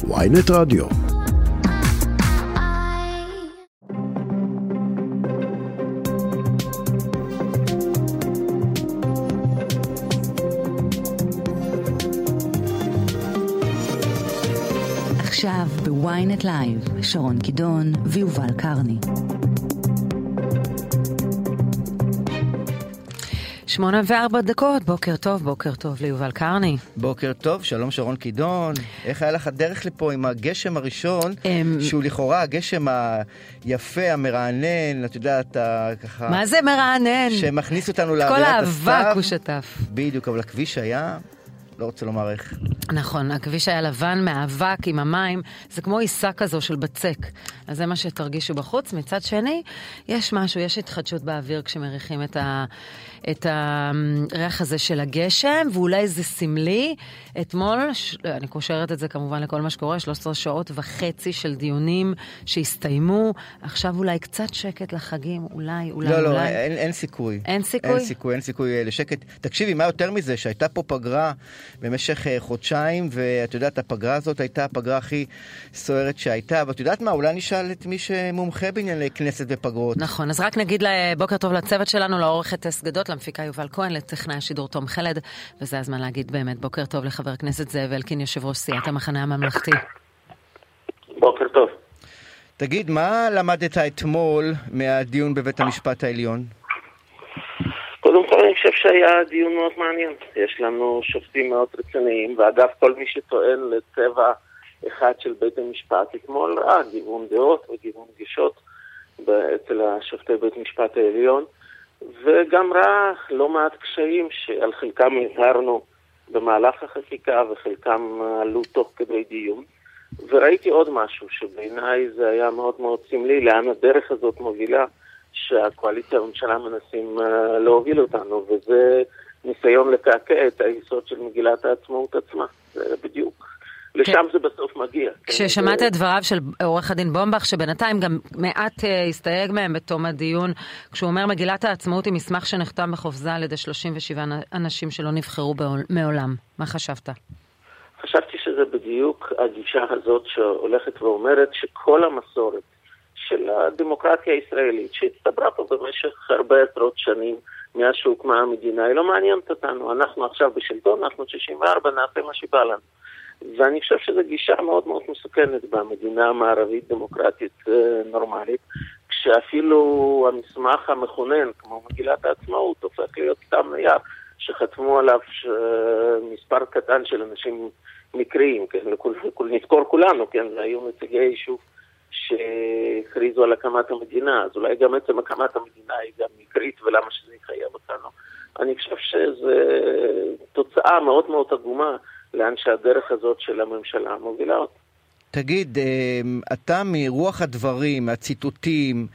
ynet רדיו. עכשיו בוויינט לייב, שרון קידון ויובל קרני. 8:04, בוקר טוב ליובל קרני. בוקר טוב, שלום שרון קידון. איך היה לך דרך לפה עם הגשם הראשון, שהוא לכאורה הגשם היפה, המרענן, את יודעת, ככה... מה זה מרענן? שמכניס אותנו לאווירת הסתיו. כל האבק הוא שטף. בדיוק, אבל הכביש היה... לא רוצה לומר איך. נכון, הכביש היה לבן מהאבק עם המים, זה כמו עיסה כזו של בצק. אז זה מה שתרגישו בחוץ. מצד שני, יש משהו, יש התחדשות באוויר כשמריחים את הריח הזה של הגשם, ואולי זה סמלי. אתמול, אני קושרת את זה כמובן לכל מה שקורה, 13 שעות וחצי של דיונים שהסתיימו. עכשיו אולי קצת שקט לחגים, אולי. לא, אין סיכוי. אין סיכוי? אין סיכוי לשקט. תקשיבי, מה יותר מזה? שהייתה פה פגרה במשך חודשיים, ואת יודעת, הפגרה הזאת הייתה הפגרה הכי סוערת שהייתה, ואת יודעת מה? אולי נשאל את מי שמומחה בענייני כנסת ופגרות. נכון, אז רק נגיד בוקר טוב לצוות שלנו, לעורכת סגדות, למפיקה יובל כהן, לטכנאי השידור תום חלד, וזה הזמן להגיד באמת בוקר טוב לחבר הכנסת זאב אלקין, יושב ראש סיעת המחנה הממלכתי. בוקר טוב. תגיד, מה למדת אתמול מהדיון בבית המשפט העליון? קודם כל אני חושב שהיה דיון מאוד מעניין. יש לנו שופטים מאוד רציניים, ואגב כל מי שטוען לצבע אחד של בית המשפט אתמול ראה גיוון דעות וגיוון גישות אצל השופטי בית המשפט העליון, וגם ראה לא מעט קשיים שעל חלקם הזהרנו במהלך החקיקה וחלקם עלו תוך כדי דיון. וראיתי עוד משהו שבעיניי זה היה מאוד מאוד סמלי, לאן הדרך הזאת מובילה, שהקואליציה והממשלה מנסים להוביל אותנו, וזה ניסיון לקעקע את היסוד של מגילת העצמאות עצמה. זה בדיוק. לשם זה בסוף מגיע. כששמעת את דבריו של עורך הדין בומבך, שבינתיים גם מעט הסתייג מהם בתום הדיון, כשהוא אומר מגילת העצמאות היא מסמך שנחתם בחופזה על ידי 37 אנשים שלא נבחרו מעולם. מה חשבת? חשבתי שזה בדיוק הגישה הזאת שהולכת ואומרת שכל המסורת של הדמוקרטיה הישראלית, שהצטברה פה במשך הרבה עשרות שנים מאז שהוקמה המדינה, היא לא מעניינת אותנו. אנחנו עכשיו בשלטון, אנחנו 64, נעשה מה שבא לנו. ואני חושב שזו גישה מאוד מאוד מסוכנת במדינה המערבית דמוקרטית נורמלית, כשאפילו המסמך המכונן, כמו מגילת העצמאות, הופך להיות סתם נייר, שחתמו עליו מספר קטן של אנשים מקריים, כן? נזכור כולנו, כן? זה היו נציגי יישוב שהכריזו על הקמת המדינה, אז אולי גם עצם הקמת המדינה היא גם מקרית, ולמה שזה יחייב אותנו. אני חושב שזו תוצאה מאוד מאוד עגומה לאן שהדרך הזאת של הממשלה מובילה אותה. תגיד, אתה מרוח הדברים, מהציטוטים,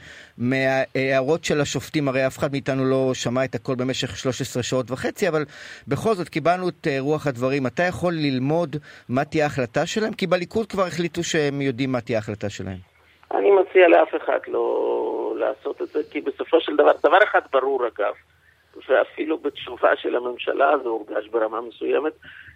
מהערות של השופטים, הרי אף אחד מאיתנו לא שמע את הכל במשך 13 שעות וחצי, אבל בכל זאת קיבלנו את רוח הדברים. אתה יכול ללמוד מה תהיה ההחלטה שלהם? כי בליכוד כבר החליטו שהם יודעים מה תהיה ההחלטה שלהם. אני מציע לאף אחד לא לעשות את זה, כי בסופו של דבר אחד ברור אגב, ואפילו בתשובה של הממשלה זה הורגש ברמה מסוימת,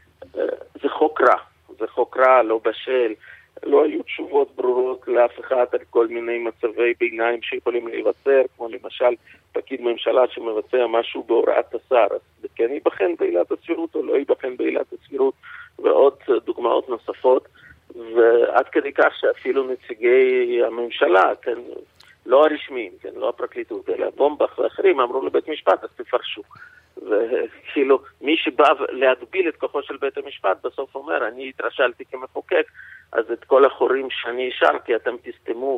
זה חוק רע. זה חוק רע, לא בשל. לא היו תשובות ברורות לאף אחד על כל מיני מצבי ביניים שיכולים להיווצר, כמו למשל פקיד ממשלה שמבצע משהו בהוראת השר, אז כן ייבחן בעילת הסבירות או לא ייבחן בעילת הסבירות, ועוד דוגמאות נוספות, ועד כדי כך שאפילו נציגי הממשלה, כן, לא הרשמיים, כן, לא הפרקליטות, אלא בומבך ואחרים, אמרו לבית משפט, אז תפרשו. וכאילו, מי שבא להגביל את כוחו של בית המשפט, בסוף אומר, אני התרשלתי כמחוקק, אז את כל החורים שאני השארתי, אתם תסתמו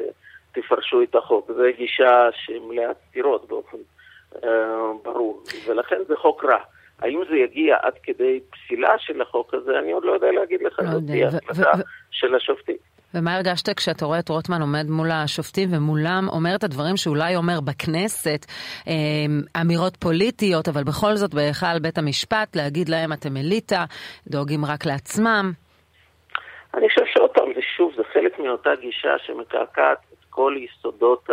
ותפרשו את החוק. זו גישה שמלאה סתירות באופן ברור, ולכן זה חוק רע. האם זה יגיע עד כדי פסילה של החוק הזה, אני עוד לא יודע להגיד לך, זאת תהיה החלטה של השופטים. ומה הרגשת כשאתה רואה את רוטמן עומד מול השופטים ומולם אומר את הדברים שאולי אומר בכנסת, אמירות פוליטיות, אבל בכל זאת בהיכל בית המשפט, להגיד להם אתם אליטה, דואגים רק לעצמם? אני חושב שאותם, זה חלק מאותה גישה שמקעקעת את כל יסודות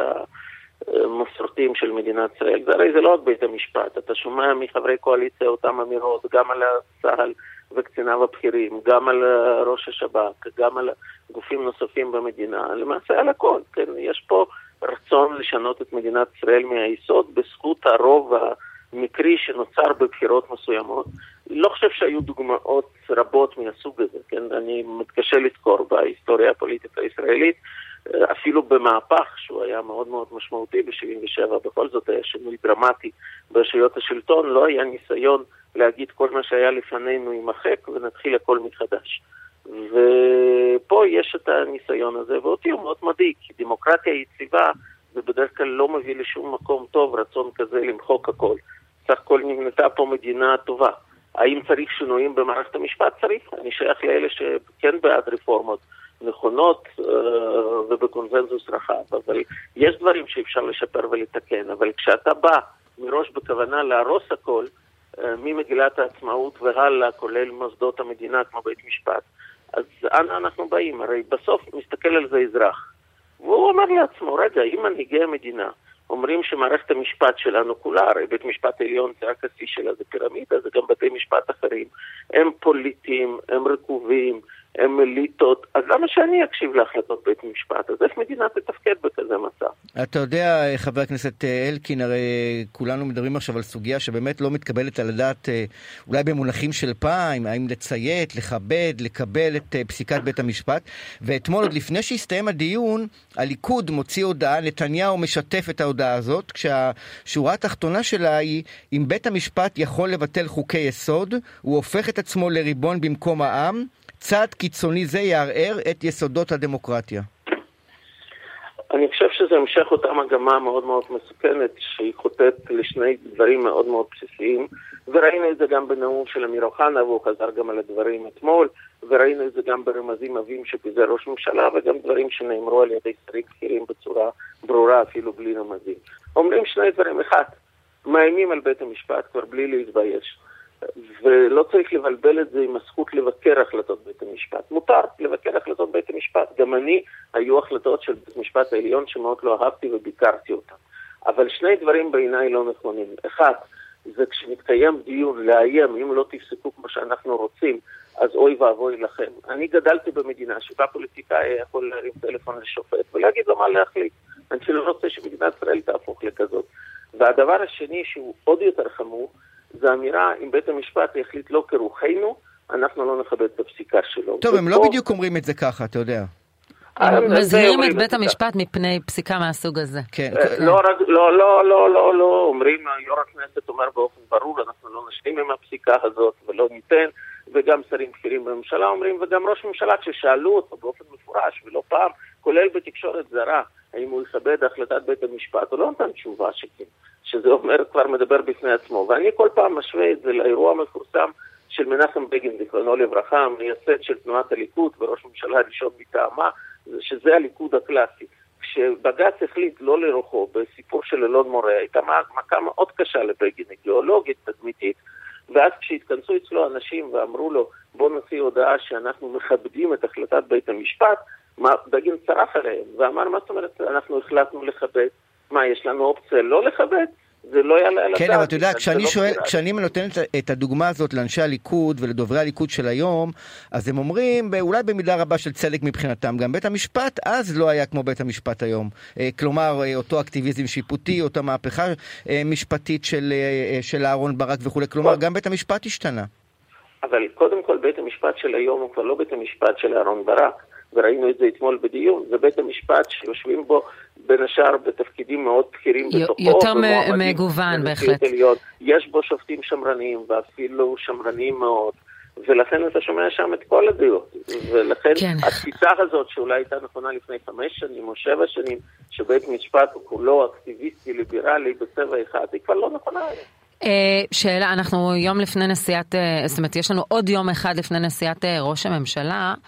המסורתיים של מדינת ישראל. הרי זה לא רק בית המשפט, אתה שומע מחברי קואליציה אותם אמירות, גם על צה"ל וקציניו הבכירים, גם על ראש השב"כ, גם על גופים נוספים במדינה, למעשה על הכל. כן? יש פה רצון לשנות את מדינת ישראל מהיסוד בזכות הרוב המקרי שנוצר בבחירות מסוימות. לא חושב שהיו דוגמאות רבות מהסוג הזה, כן? אני מתקשה לזכור בהיסטוריה הפוליטית הישראלית, אפילו במהפך שהוא היה מאוד מאוד משמעותי ב-77, בכל זאת היה שינוי דרמטי ברשויות השלטון, לא היה ניסיון להגיד כל מה שהיה לפנינו יימחק ונתחיל הכל מחדש. ופה יש את הניסיון הזה, ואותי הוא מאוד מדאיג, כי דמוקרטיה יציבה זה בדרך כלל לא מביא לשום מקום טוב, רצון כזה למחוק הכל. סך הכל נמנתה פה מדינה טובה. האם צריך שינויים במערכת המשפט? צריך. אני שייך לאלה שכן בעד רפורמות נכונות ובקונבנזוס רחב, אבל יש דברים שאפשר לשפר ולתקן, אבל כשאתה בא מראש בכוונה להרוס הכל, ממגילת העצמאות והלאה, כולל מוסדות המדינה כמו בית משפט, אז אנה אנחנו באים? הרי בסוף מסתכל על זה אזרח, והוא אומר לעצמו, רגע, אם מנהיגי המדינה אומרים שמערכת המשפט שלנו כולה, הרי בית משפט העליון זה רק השיא שלה, זה פירמידה, זה גם בתי משפט אחרים, הם פוליטיים, הם רקובים, הם אליטות, אז למה שאני אקשיב להחלטות בית משפט? אז איך מדינה תתפקד בכזה מצב? אתה יודע, חבר הכנסת אלקין, הרי כולנו מדברים עכשיו על סוגיה שבאמת לא מתקבלת על הדעת, אולי במונחים של פעם, האם לציית, לכבד, לקבל את פסיקת בית המשפט, ואתמול עוד לפני שהסתיים הדיון, הליכוד מוציא הודעה, נתניהו משתף את ההודעה הזאת, כשהשורה התחתונה שלה היא, אם בית המשפט יכול לבטל חוקי יסוד, הוא הופך את עצמו לריבון במקום העם, צעד קיצוני זה יערער את יסודות הדמוקרטיה. אני חושב שזה המשך אותה מגמה מאוד מאוד מסוכנת, שהיא חוטאת לשני דברים מאוד מאוד בסיסיים, וראינו את זה גם בנאום של אמיר אוחנה, והוא חזר גם על הדברים אתמול, וראינו את זה גם ברמזים עבים שפיזר ראש ממשלה, וגם דברים שנאמרו על ידי שרים בכירים בצורה ברורה, אפילו בלי רמזים. אומרים שני דברים, אחד, מאיימים על בית המשפט כבר בלי להתבייש, ולא צריך לבלבל את זה עם הזכות לבקר החלטות בית המשפט. מותר לבקר החלטות בית המשפט. גם אני, היו החלטות של בית המשפט העליון שמאוד לא אהבתי וביקרתי אותן. אבל שני דברים בעיניי לא נכונים. אחד, זה כשמתקיים דיון לאיים, אם לא תפסקו כמו שאנחנו רוצים, אז אוי ואבוי לכם. אני גדלתי במדינה שבה פוליטיקאי יכול להרים טלפון לשופט ולהגיד לו מה להחליט. אני לא רוצה שמדינת ישראל תהפוך לכזאת. והדבר השני שהוא עוד יותר חמור, זה אמירה, אם בית המשפט יחליט לא כרוחנו, אנחנו לא נכבד את הפסיקה שלו. טוב, הם לא בדיוק אומרים את זה ככה, אתה יודע. הם מזהירים את בית המשפט מפני פסיקה מהסוג הזה. לא, אומרים, יו"ר הכנסת אומר באופן ברור, אנחנו לא נשלים עם הפסיקה הזאת ולא ניתן, וגם שרים בכירים בממשלה אומרים, וגם ראש ממשלה כששאלו אותו באופן מפורש ולא פעם, כולל בתקשורת זרה, האם הוא יכבד החלטת בית המשפט, הוא לא נתן תשובה שכן. שזה אומר, כבר מדבר בפני עצמו. ואני כל פעם משווה את זה לאירוע המפורסם של מנחם בגין, זיכרונו לברכה, מייסד של תנועת הליכוד וראש ממשלה ראשון מטעמה, שזה הליכוד הקלאסי. כשבג"ץ החליט לא לרוחו בסיפור של אלון מורה, הייתה מכה מאוד קשה לבגין, אידיאולוגית, תדמיתית, ואז כשהתכנסו אצלו אנשים ואמרו לו, בוא נוציא הודעה שאנחנו מכבדים את החלטת בית המשפט, בגין צרח עליהם ואמר, מה זאת אומרת, אנחנו החלטנו לכבד, מה, יש לנו אופציה לא לכבד? זה לא יעלה על הדעת. כן, אבל אתה יודע, כשאני נותן את הדוגמה הזאת לאנשי הליכוד ולדוברי הליכוד של היום, אז הם אומרים, אולי במידה רבה של צדק מבחינתם, גם בית המשפט אז לא היה כמו בית המשפט היום. כלומר, אותו אקטיביזם שיפוטי, אותה מהפכה משפטית של אהרון ברק וכו'. כלומר, גם בית המשפט השתנה. אבל קודם כל, בית המשפט של היום הוא כבר לא בית המשפט של אהרון ברק. וראינו את זה אתמול בדיון, זה בית המשפט שיושבים בו בין השאר בתפקידים מאוד בכירים בתוכו. יותר מגוון בהחלט. יש בו שופטים שמרנים ואפילו שמרנים מאוד, ולכן אתה שומע שם את כל הדעות. ולכן התפיסה הזאת שאולי הייתה נכונה לפני 5 שנים או 7 שנים, שבית משפט הוא כולו אקטיביסטי ליברלי בצבע אחד, היא כבר לא נכונה. שאלה, אנחנו יום לפני נשיאת, זאת אומרת יש לנו עוד יום אחד לפני נשיאת ראש הממשלה,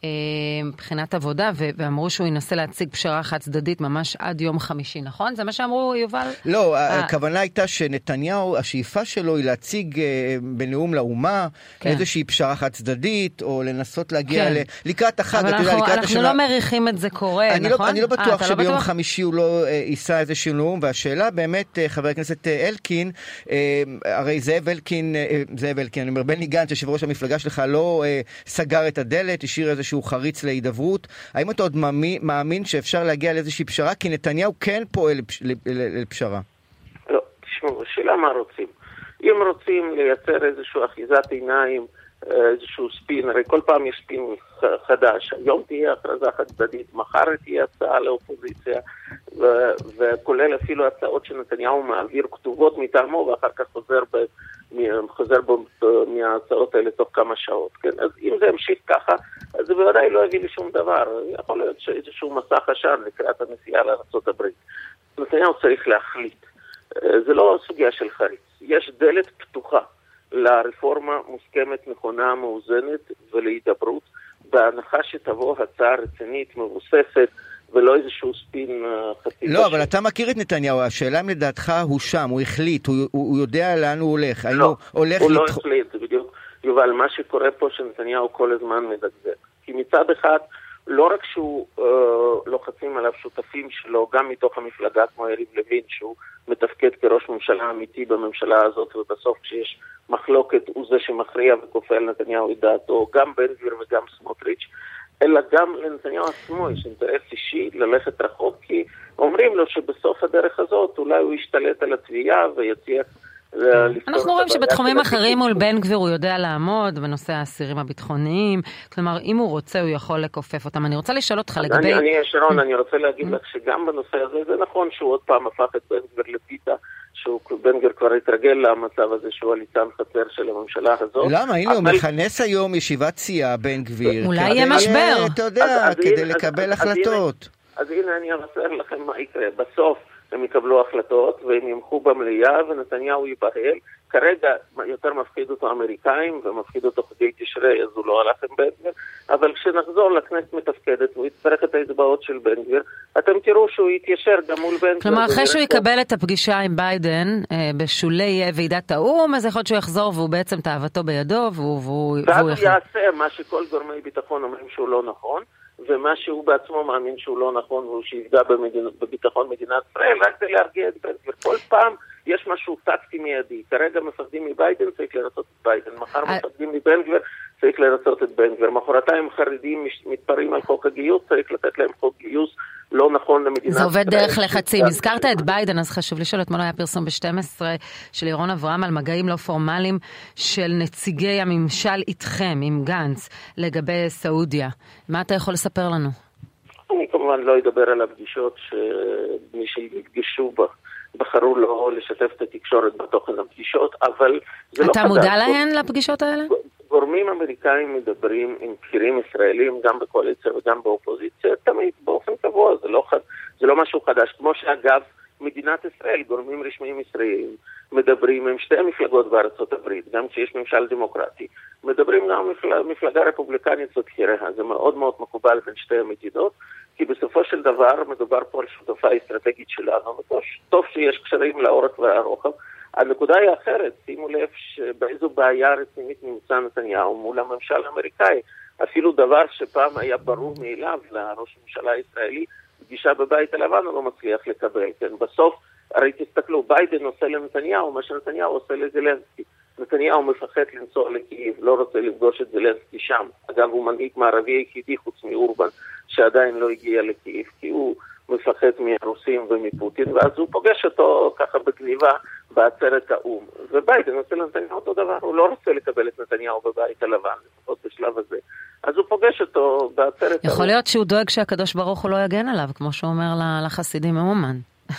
מבחינת עבודה, ואמרו שהוא ינסה להציג פשרה חד צדדית ממש עד יום חמישי, נכון? זה מה שאמרו, יובל? לא, הכוונה הייתה שנתניהו, השאיפה שלו היא להציג בנאום לאומה איזושהי פשרה חד צדדית, או לנסות להגיע לקראת החג. אבל אנחנו לא מריחים את זה קורה, נכון? אני לא בטוח שביום חמישי הוא לא יישא איזשהו נאום, והשאלה באמת, חבר הכנסת אלקין, הרי זאב אלקין, אני אומר, בני גנץ, יושב ראש המפלגה שלך, לא סגר את הדלת, השאיר איזשהו חריץ להידברות. האם אתה עוד מאמין שאפשר להגיע לאיזושהי פשרה? כי נתניהו כן פועל לפשרה. לא, תשמעו, השאלה מה רוצים. אם רוצים לייצר איזשהו אחיזת עיניים, איזשהו ספין, הרי כל פעם יש ספין חדש. היום תהיה הכרזה חד צדדית, מחר תהיה הצעה לאופוזיציה, וכולל אפילו הצעות שנתניהו מעביר כתובות מטעמו, ואחר כך חוזר מההצעות האלה תוך כמה שעות. כן? אז אם זה המשיך ככה, אז זה בוודאי לא הביא לשום דבר. יכול להיות שאיזשהו מסע חשן לקראת הנסיעה לארצות הברית. נתניהו צריך להחליט. זה לא סוגיה של חריץ. יש דלת פתוחה לרפורמה מוסכמת, נכונה, מאוזנת ולהידברות, בהנחה שתבוא הצעה רצינית, מבוססת, ולא איזשהו ספין חצי. לא, אבל אתה מכיר את נתניהו, השאלה אם לדעתך הוא שם, הוא החליט, הוא יודע לאן הוא הולך. לא, הוא לא החליט, זה בדיוק, יובל, מה שקורה פה שנתניהו כל הזמן מדגדג. כי מצד אחד, לא רק שהוא לוחצים עליו שותפים שלו, גם מתוך המפלגה כמו יריב לוין, שהוא מתפקד כראש ממשלה אמיתי בממשלה הזאת, ובסוף כשיש מחלוקת הוא זה שמכריע וכופה על נתניהו את דעתו, גם בן גביר וגם סמוטריץ', אלא גם לנתניהו עצמו יש אינטרס אישי ללכת רחוק, כי אומרים לו שבסוף הדרך הזאת אולי הוא ישתלט על התביעה ויצליח אנחנו רואים שבתחומים אחרים מול בן גביר הוא יודע לעמוד בנושא האסירים הביטחוניים, כלומר אם הוא רוצה הוא יכול לקופף אותם. אני רוצה לשאול אותך לגבי... שרון, אני רוצה להגיד לך שגם בנושא הזה זה נכון שהוא עוד פעם הפך את בן גביר לפיתה, שבן גביר כבר התרגל למצב הזה שהוא הליצן חצר של הממשלה הזאת. למה? הנה הוא מכנס היום ישיבת סיעה בן גביר. אולי יהיה משבר. אתה יודע, כדי לקבל החלטות. אז הנה אני אבשר לכם מה יקרה. בסוף הם יקבלו החלטות והם ימחו במליאה ונתניהו ייבהל. כרגע יותר מפחיד אותו האמריקאים ומפחיד אותו חגי תשרי, אז הוא לא הלך עם בן גביר. אבל כשנחזור לכנסת מתפקדת והוא יצטרך את ההצבעות של בן גביר, אתם תראו שהוא יתיישר גם מול בן גביר. כלומר, אחרי שהוא יקבל את הפגישה עם ביידן בשולי ועידת האו"ם, אז יכול להיות שהוא יחזור והוא בעצם תאוותו בידו ואז הוא יעשה מה שכל גורמי ביטחון אומרים שהוא לא נכון, ומה שהוא בעצמו מאמין שהוא לא נכון והוא שיפגע בביטחון מדינת ישראל, רק זה להרגיע את בן גביר. כל פעם יש משהו טקטי מיידי. כרגע מפחדים מביידן, צריך לרצות את ביידן. מחר מפחדים מבן גביר, צריך לרצות את בן גביר. מחרתיים חרדים מתפרעים על חוק הגיוס, צריך לתת להם חוק גיוס לא נכון למדינת ישראל. זה עובד דרך לחצים. הזכרת את ביידן, אז חשוב לשאול, אתמול היה פרסום ב-12 של ירון אברהם על מגעים לא פורמליים של נציגי הממשל איתכם, עם גנץ, לגבי סעודיה. מה אתה יכול לספר לנו? אני כמובן לא אדבר על הפגישות שמי שהתגשו בה. בחרו לא לשתף את התקשורת בתוכן הפגישות, אבל זה לא חדש. אתה מודע להן לפגישות האלה? גורמים אמריקאים מדברים עם בכירים ישראלים, גם בקואליציה וגם באופוזיציה, תמיד באופן קבוע, זה לא משהו חדש. כמו שאגב, מדינת ישראל, גורמים רשמיים ישראלים, מדברים עם שתי מפלגות בארצות הברית, גם כשיש ממשל דמוקרטי, מדברים גם מפלגה רפובליקנית ובכיריה, זה מאוד מאוד מקובל בין שתי המדינות, כי בסופו של דבר מדובר פה על שותפה אסטרטגית שלנו, טוב שיש קשרים לאורך והרוחב. הנקודה היא אחרת, שימו לב שבאיזו בעיה רצינית נמצא נתניהו מול הממשל האמריקאי, אפילו דבר שפעם היה ברור מאליו לראש הממשלה הישראלי, פגישה בבית הלבן הוא לא מצליח לקבל, כן, בסוף, הרי תסתכלו, ביידן עושה לנתניהו, מה שנתניהו עושה לזלנסקי. נתניהו מפחד לנסוע לקייב, לא רוצה לפגוש את זלנסקי שם. אגב, הוא מנהיג מערבי היחידי חוץ מאורבן, שעדיין לא הגיע לקייב, כי הוא מפחד מהרוסים ומפוטין, ואז הוא פוגש אותו ככה בגניבה בעצרת האום. וביידן עושה לנתניהו אותו דבר, הוא לא רוצה לקבל את נתניהו בבית הלבן, לפחות בשלב הזה. אז הוא פוגש אותו בעצרת האום. יכול להיות שהוא דואג שהקדוש ברוך הוא לא יגן עליו, כמו שהוא אומר לחסידים מאומן.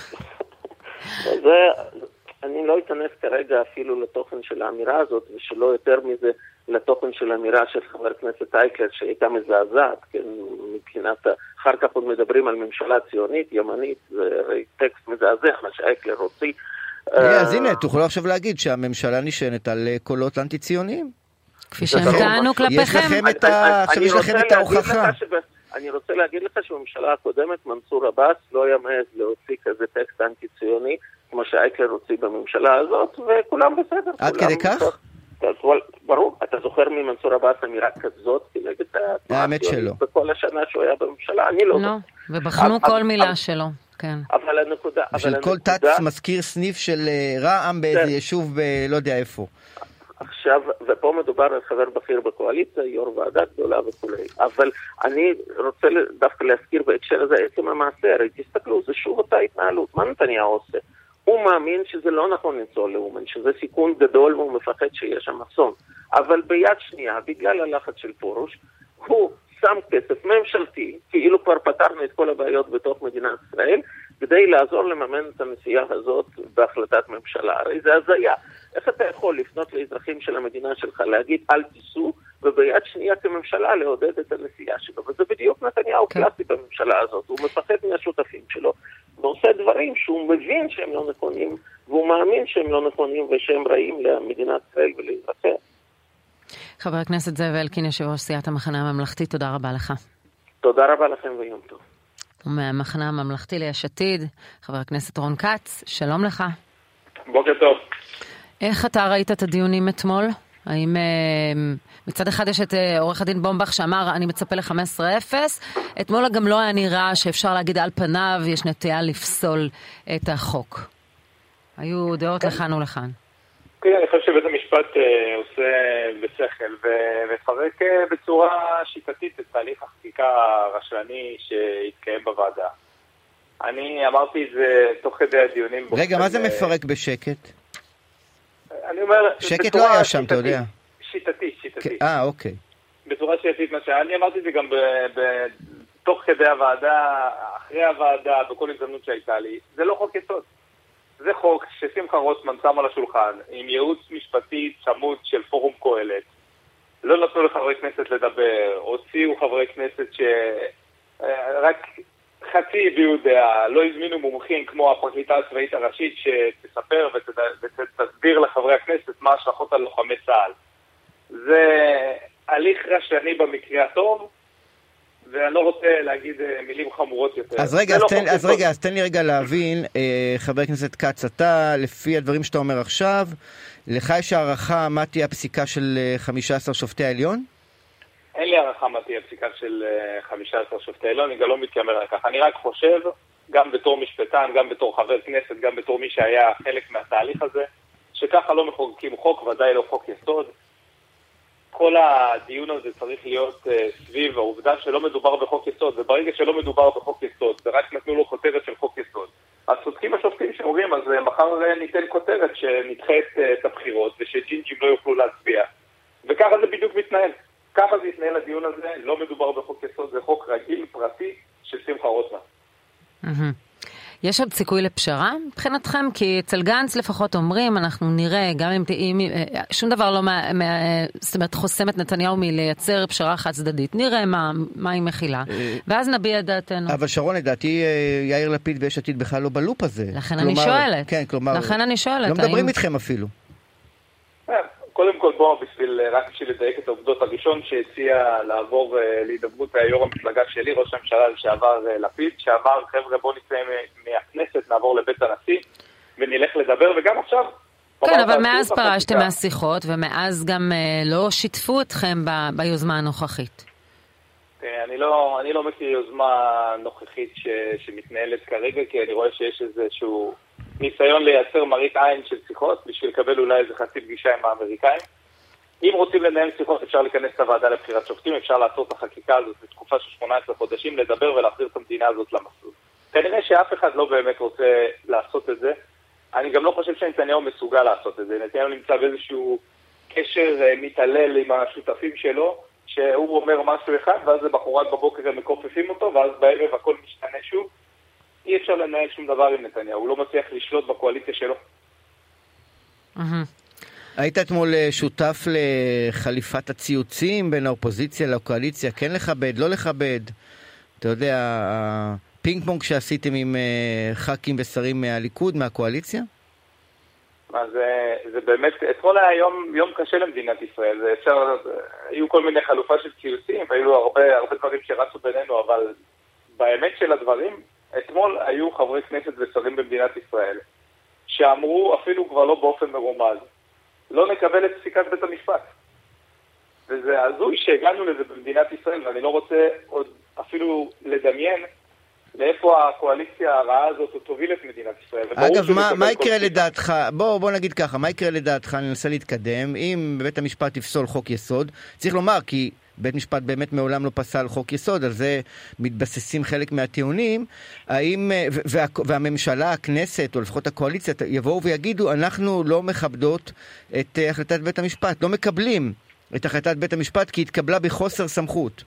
אני לא אתנס כרגע אפילו לתוכן של האמירה הזאת, ושלא יותר מזה לתוכן של האמירה של חבר הכנסת אייקלר, שהייתה מזעזעת, כן, מבחינת, אחר כך עוד מדברים על ממשלה ציונית, ימנית, זה טקסט מזעזע, מה שאייקלר הוציא. אז הנה, תוכלו עכשיו להגיד שהממשלה נשענת על קולות אנטי-ציוניים. כפי שהם טענו כלפיכם. יש לכם את ההוכחה. אני רוצה להגיד לך שבממשלה הקודמת מנסור עבאס לא היה מעז להוציא כזה טקסט אנטי-ציוני כמו שאייקלר הוציא בממשלה הזאת, וכולם בסדר. עד כדי כך? ברור, אתה זוכר ממנסור עבאס אמירה כזאת כנגד האמת שלו. בכל השנה שהוא היה בממשלה? אני לא. ובחנו כל מילה שלו, כן. אבל הנקודה... של כל תץ מזכיר סניף של רע"מ באיזה יישוב לא יודע איפה. עכשיו, ופה מדובר על חבר בכיר בקואליציה, יו"ר ועדה גדולה וכו'. אבל אני רוצה דווקא להזכיר בהקשר הזה עצם המעשה, הרי תסתכלו, זה שוב אותה התנהלות. מה נתניהו עושה? הוא מאמין שזה לא נכון לנסוע לאומן, שזה סיכון גדול והוא מפחד שיש שם אסון. אבל ביד שנייה, בגלל הלחץ של פורוש, הוא שם כסף ממשלתי, כאילו כבר פתרנו את כל הבעיות בתוך מדינת ישראל, כדי לעזור לממן את הנסיעה הזאת בהחלטת ממשלה. הרי זה הזיה. איך אתה יכול לפנות לאזרחים של המדינה שלך, להגיד אל תיסעו, וביד שנייה כממשלה לעודד את הנסיעה שלו? וזה בדיוק נתניהו קלאסי בממשלה הזאת. הוא מפחד מהשותפים שלו, ועושה דברים שהוא מבין שהם לא נכונים, והוא מאמין שהם לא נכונים ושהם רעים למדינת ישראל ולאזרחיה. חבר הכנסת זאב אלקין, יושב ראש סיעת המחנה הממלכתי, תודה רבה לך. תודה רבה לכם ויום טוב. ומהמחנה הממלכתי ליש עתיד, חבר הכנסת רון כץ, שלום לך. בוקר טוב. איך אתה ראית את הדיונים אתמול? האם מצד אחד יש את עורך הדין בומבך שאמר אני מצפה ל-15-0, אתמול גם לא היה נראה שאפשר להגיד על פניו יש נטייה לפסול את החוק. היו דעות לכאן ולכאן. כן, אני חושב שבית המשפט עושה בשכל ומפרק בצורה שיטתית את תהליך החקיקה הרשלני שהתקיים בוועדה. אני אמרתי את זה תוך כדי הדיונים. רגע, מה זה מפרק בשקט? אני אומר... שקט לא היה שם, אתה יודע. שיטתית. אוקיי. בצורה שיטתית, אני אמרתי את זה גם תוך כדי הוועדה, אחרי הוועדה, בכל הזדמנות שהייתה לי. זה לא חוק יסוד. זה חוק ששמחה רוטמן שם על השולחן, עם ייעוץ משפטי צמוד של פורום קהלת. לא נתנו לחברי כנסת לדבר, הוציאו חברי כנסת שרק חצי הביאו דעה, לא הזמינו מומחים כמו הפרקליטה הצבאית הראשית שתספר ותסביר לחברי הכנסת מה השלכות על לוחמי צה"ל. זה הליך רשלני במקרה הטוב, ואני לא רוצה להגיד מילים חמורות יותר. אז תן לי רגע להבין, חבר הכנסת כץ, אתה, לפי הדברים שאתה אומר עכשיו, לך יש הערכה מה תהיה הפסיקה של 15 שופטי העליון? אין לי הערכה מה תהיה הפסיקה של 15 שופטי העליון, אני גם לא מתיימר על כך. אני רק חושב, גם בתור משפטן, גם בתור חבר כנסת, גם בתור מי שהיה חלק מהתהליך הזה, שככה לא מחוקקים חוק, ודאי לא חוק יסוד. כל הדיון הזה צריך להיות סביב העובדה שלא מדובר בחוק יסוד, וברגע שלא מדובר בחוק יסוד, ורק נתנו לו כותרת של חוק יסוד, אז צודקים השופטים שאומרים, אז מחר ניתן כותרת שנדחית את הבחירות, ושג'ינג'ים לא יוכלו להצביע. וככה זה בדיוק מתנהל. ככה זה יתנהל הדיון הזה, לא מדובר בחוק יסוד, זה חוק רגיל, פרטי, של שמחה רוטמן. יש עוד סיכוי לפשרה מבחינתכם? כי אצל גנץ לפחות אומרים, אנחנו נראה, גם אם שום דבר לא זאת אומרת, חוסם את נתניהו מלייצר פשרה חד צדדית. נראה מה היא מכילה, ואז נביע את דעתנו. אבל שרון, לדעתי, יאיר לפיד ויש עתיד בכלל לא בלופ הזה. לכן אני שואלת. כן, כלומר, לא מדברים איתכם אפילו. קודם כל רק בשביל לדייק את העובדות, הראשון שהציע לעבור להידברות יו"ר המפלגה שלי, ראש הממשלה לשעבר לפיד, שאמר, חבר'ה, בוא נצא מהכנסת, נעבור לבית הנשיא ונלך לדבר, וגם עכשיו... כן, אבל מאז פרשתם מהשיחות, ומאז גם לא שיתפו אתכם ביוזמה הנוכחית. אני לא מכיר יוזמה נוכחית שמתנהלת כרגע, כי אני רואה שיש איזשהו ניסיון לייצר מראית עין של שיחות, בשביל לקבל אולי איזה חצי פגישה עם האמריקאים. אם רוצים לנהל שיחות, אפשר להיכנס את הוועדה לבחירת שופטים, אפשר לעשות את החקיקה הזאת בתקופה של 18 חודשים, לדבר ולהחזיר את המדינה הזאת למסלול. כנראה שאף אחד לא באמת רוצה לעשות את זה. אני גם לא חושב שנתניהו מסוגל לעשות את זה. נתניהו נמצא באיזשהו קשר מתעלל עם השותפים שלו, שהוא אומר משהו אחד, ואז בחורת בבוקר הם מקופפים אותו, ואז בערב הכל משתנה שוב. אי אפשר לנהל שום דבר עם נתניהו, הוא לא מצליח לשלוט בקואליציה שלו. היית אתמול שותף לחליפת הציוצים בין האופוזיציה לקואליציה, כן לכבד, לא לכבד, אתה יודע, הפינג פונג שעשיתם עם ח"כים ושרים מהליכוד, מהקואליציה? אז זה באמת, אתמול היה יום קשה למדינת ישראל, היו כל מיני חלופה של ציוצים, והיו הרבה דברים שרצו בינינו, אבל באמת של הדברים, אתמול היו חברי כנסת ושרים במדינת ישראל, שאמרו אפילו כבר לא באופן מרומז, לא נקבל את פסיקת בית המשפט. וזה הזוי שהגענו לזה במדינת ישראל, ואני לא רוצה עוד אפילו לדמיין לאיפה הקואליציה הרעה הזאת תוביל את מדינת ישראל. אגב, מה יקרה לדעתך, בוא נגיד ככה, מה יקרה לדעתך, אני אנסה להתקדם, אם בית המשפט יפסול חוק יסוד, צריך לומר, כי בית משפט באמת מעולם לא פסל חוק יסוד, על זה מתבססים חלק מהטיעונים, והממשלה, הכנסת, או לפחות הקואליציה, יבואו ויגידו, אנחנו לא מכבדות את החלטת בית המשפט, לא מקבלים את החלטת בית המשפט, כי התקבלה בחוסר סמכות.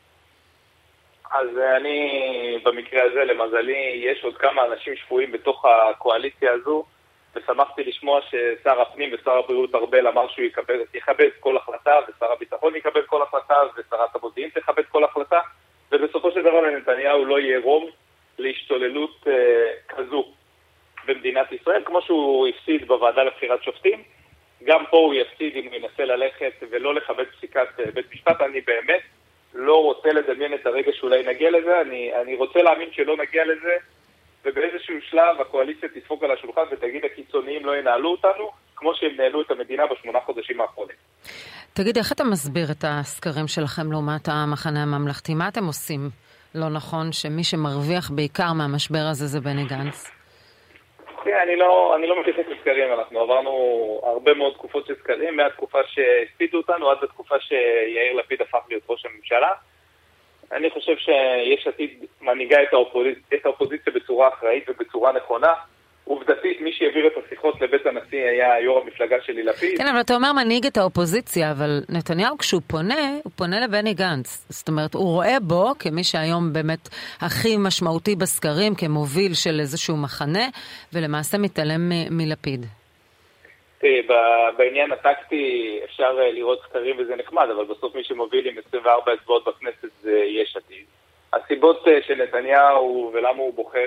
אז אני, במקרה הזה, למזלי, יש עוד כמה אנשים שפויים בתוך הקואליציה הזו, ושמחתי לשמוע ששר הפנים ושר הבריאות ארבל אמר שהוא יכבד כל החלטה, ושר הביטחון יקבל כל החלטה, ושרת המודיעין תכבד כל החלטה, ובסופו של דבר לנתניהו לא יהיה רוב להשתוללות כזו במדינת ישראל, כמו שהוא הפסיד בוועדה לבחירת שופטים, גם פה הוא יפסיד אם הוא ינסה ללכת ולא לכבד פסיקת בית משפט. אני באמת לא רוצה לדמיין את הרגע שאולי נגיע לזה, אני רוצה להאמין שלא נגיע לזה, ובאיזשהו שלב הקואליציה תדפוק על השולחן ותגיד הקיצוניים לא ינהלו אותנו, כמו שהם נהלו את המדינה ב8 חודשים האחרונים. תגיד, איך אתה מסביר את הסקרים שלכם לעומת המחנה הממלכתי? מה אתם עושים? לא נכון שמי שמרוויח בעיקר מהמשבר הזה זה בני גנץ? אני לא מתייחס לסקרים, אנחנו עברנו הרבה מאוד תקופות של סקרים, מהתקופה שהספידו אותנו עד לתקופה שיאיר לפיד הפך להיות ראש הממשלה. אני חושב שיש עתיד מנהיגה את האופוזיציה בצורה אחראית ובצורה נכונה. עובדתית, מי שהעביר את השיחות לבית הנשיא היה יו"ר המפלגה שלי לפיד. כן, אבל אתה אומר מנהיג את האופוזיציה, אבל נתניהו כשהוא פונה, הוא פונה לבני גנץ. זאת אומרת, הוא רואה בו כמי שהיום באמת הכי משמעותי בסקרים, כמוביל של איזשהו מחנה, ולמעשה מתעלם מלפיד. בעניין הטקטי אפשר לראות סקרים וזה נחמד, אבל בסוף מי שמוביל עם 24 אצבעות בכנסת זה יש עתיד. הסיבות של נתניהו ולמה הוא בוחר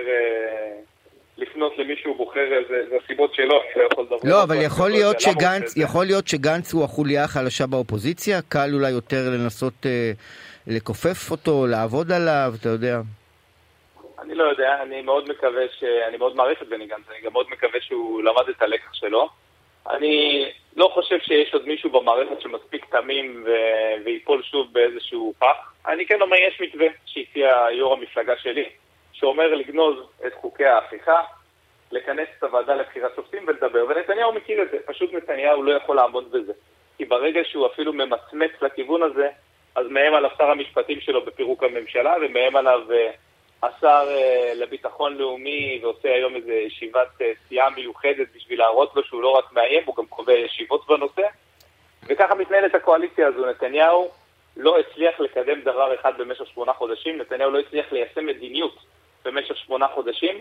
לפנות למישהו בוחר, זה הסיבות שלו, אני לא יכול לדבר. לא, אבל יכול להיות שגנץ הוא החוליה החלשה באופוזיציה, קל אולי יותר לנסות לכופף אותו, לעבוד עליו, אתה יודע. אני לא יודע, אני מאוד מקווה אני מאוד מעריך את בני גנץ, אני גם מאוד מקווה שהוא למד את הלקח שלו. אני לא חושב שיש עוד מישהו במערכת שמספיק תמים ויפול שוב באיזשהו פח. אני כן אומר, יש מתווה שהציע יו"ר המפלגה שלי, שאומר לגנוז את חוקי ההפיכה, לכנס את הוועדה לבחירת שופטים ולדבר, ונתניהו מכיר את זה, פשוט נתניהו לא יכול לעמוד בזה. כי ברגע שהוא אפילו ממצמץ לכיוון הזה, אז מהם עליו שר המשפטים שלו בפירוק הממשלה, ומהם עליו השר לביטחון לאומי, ועושה היום איזו ישיבת סיעה מיוחדת בשביל להראות לו שהוא לא רק מאיים, הוא גם קובע ישיבות בנושא, וככה מתנהלת הקואליציה הזו. נתניהו לא הצליח לקדם דבר אחד במשך 8 חודשים, נתניהו לא הצליח ליישם מדיניות במשך 8 חודשים,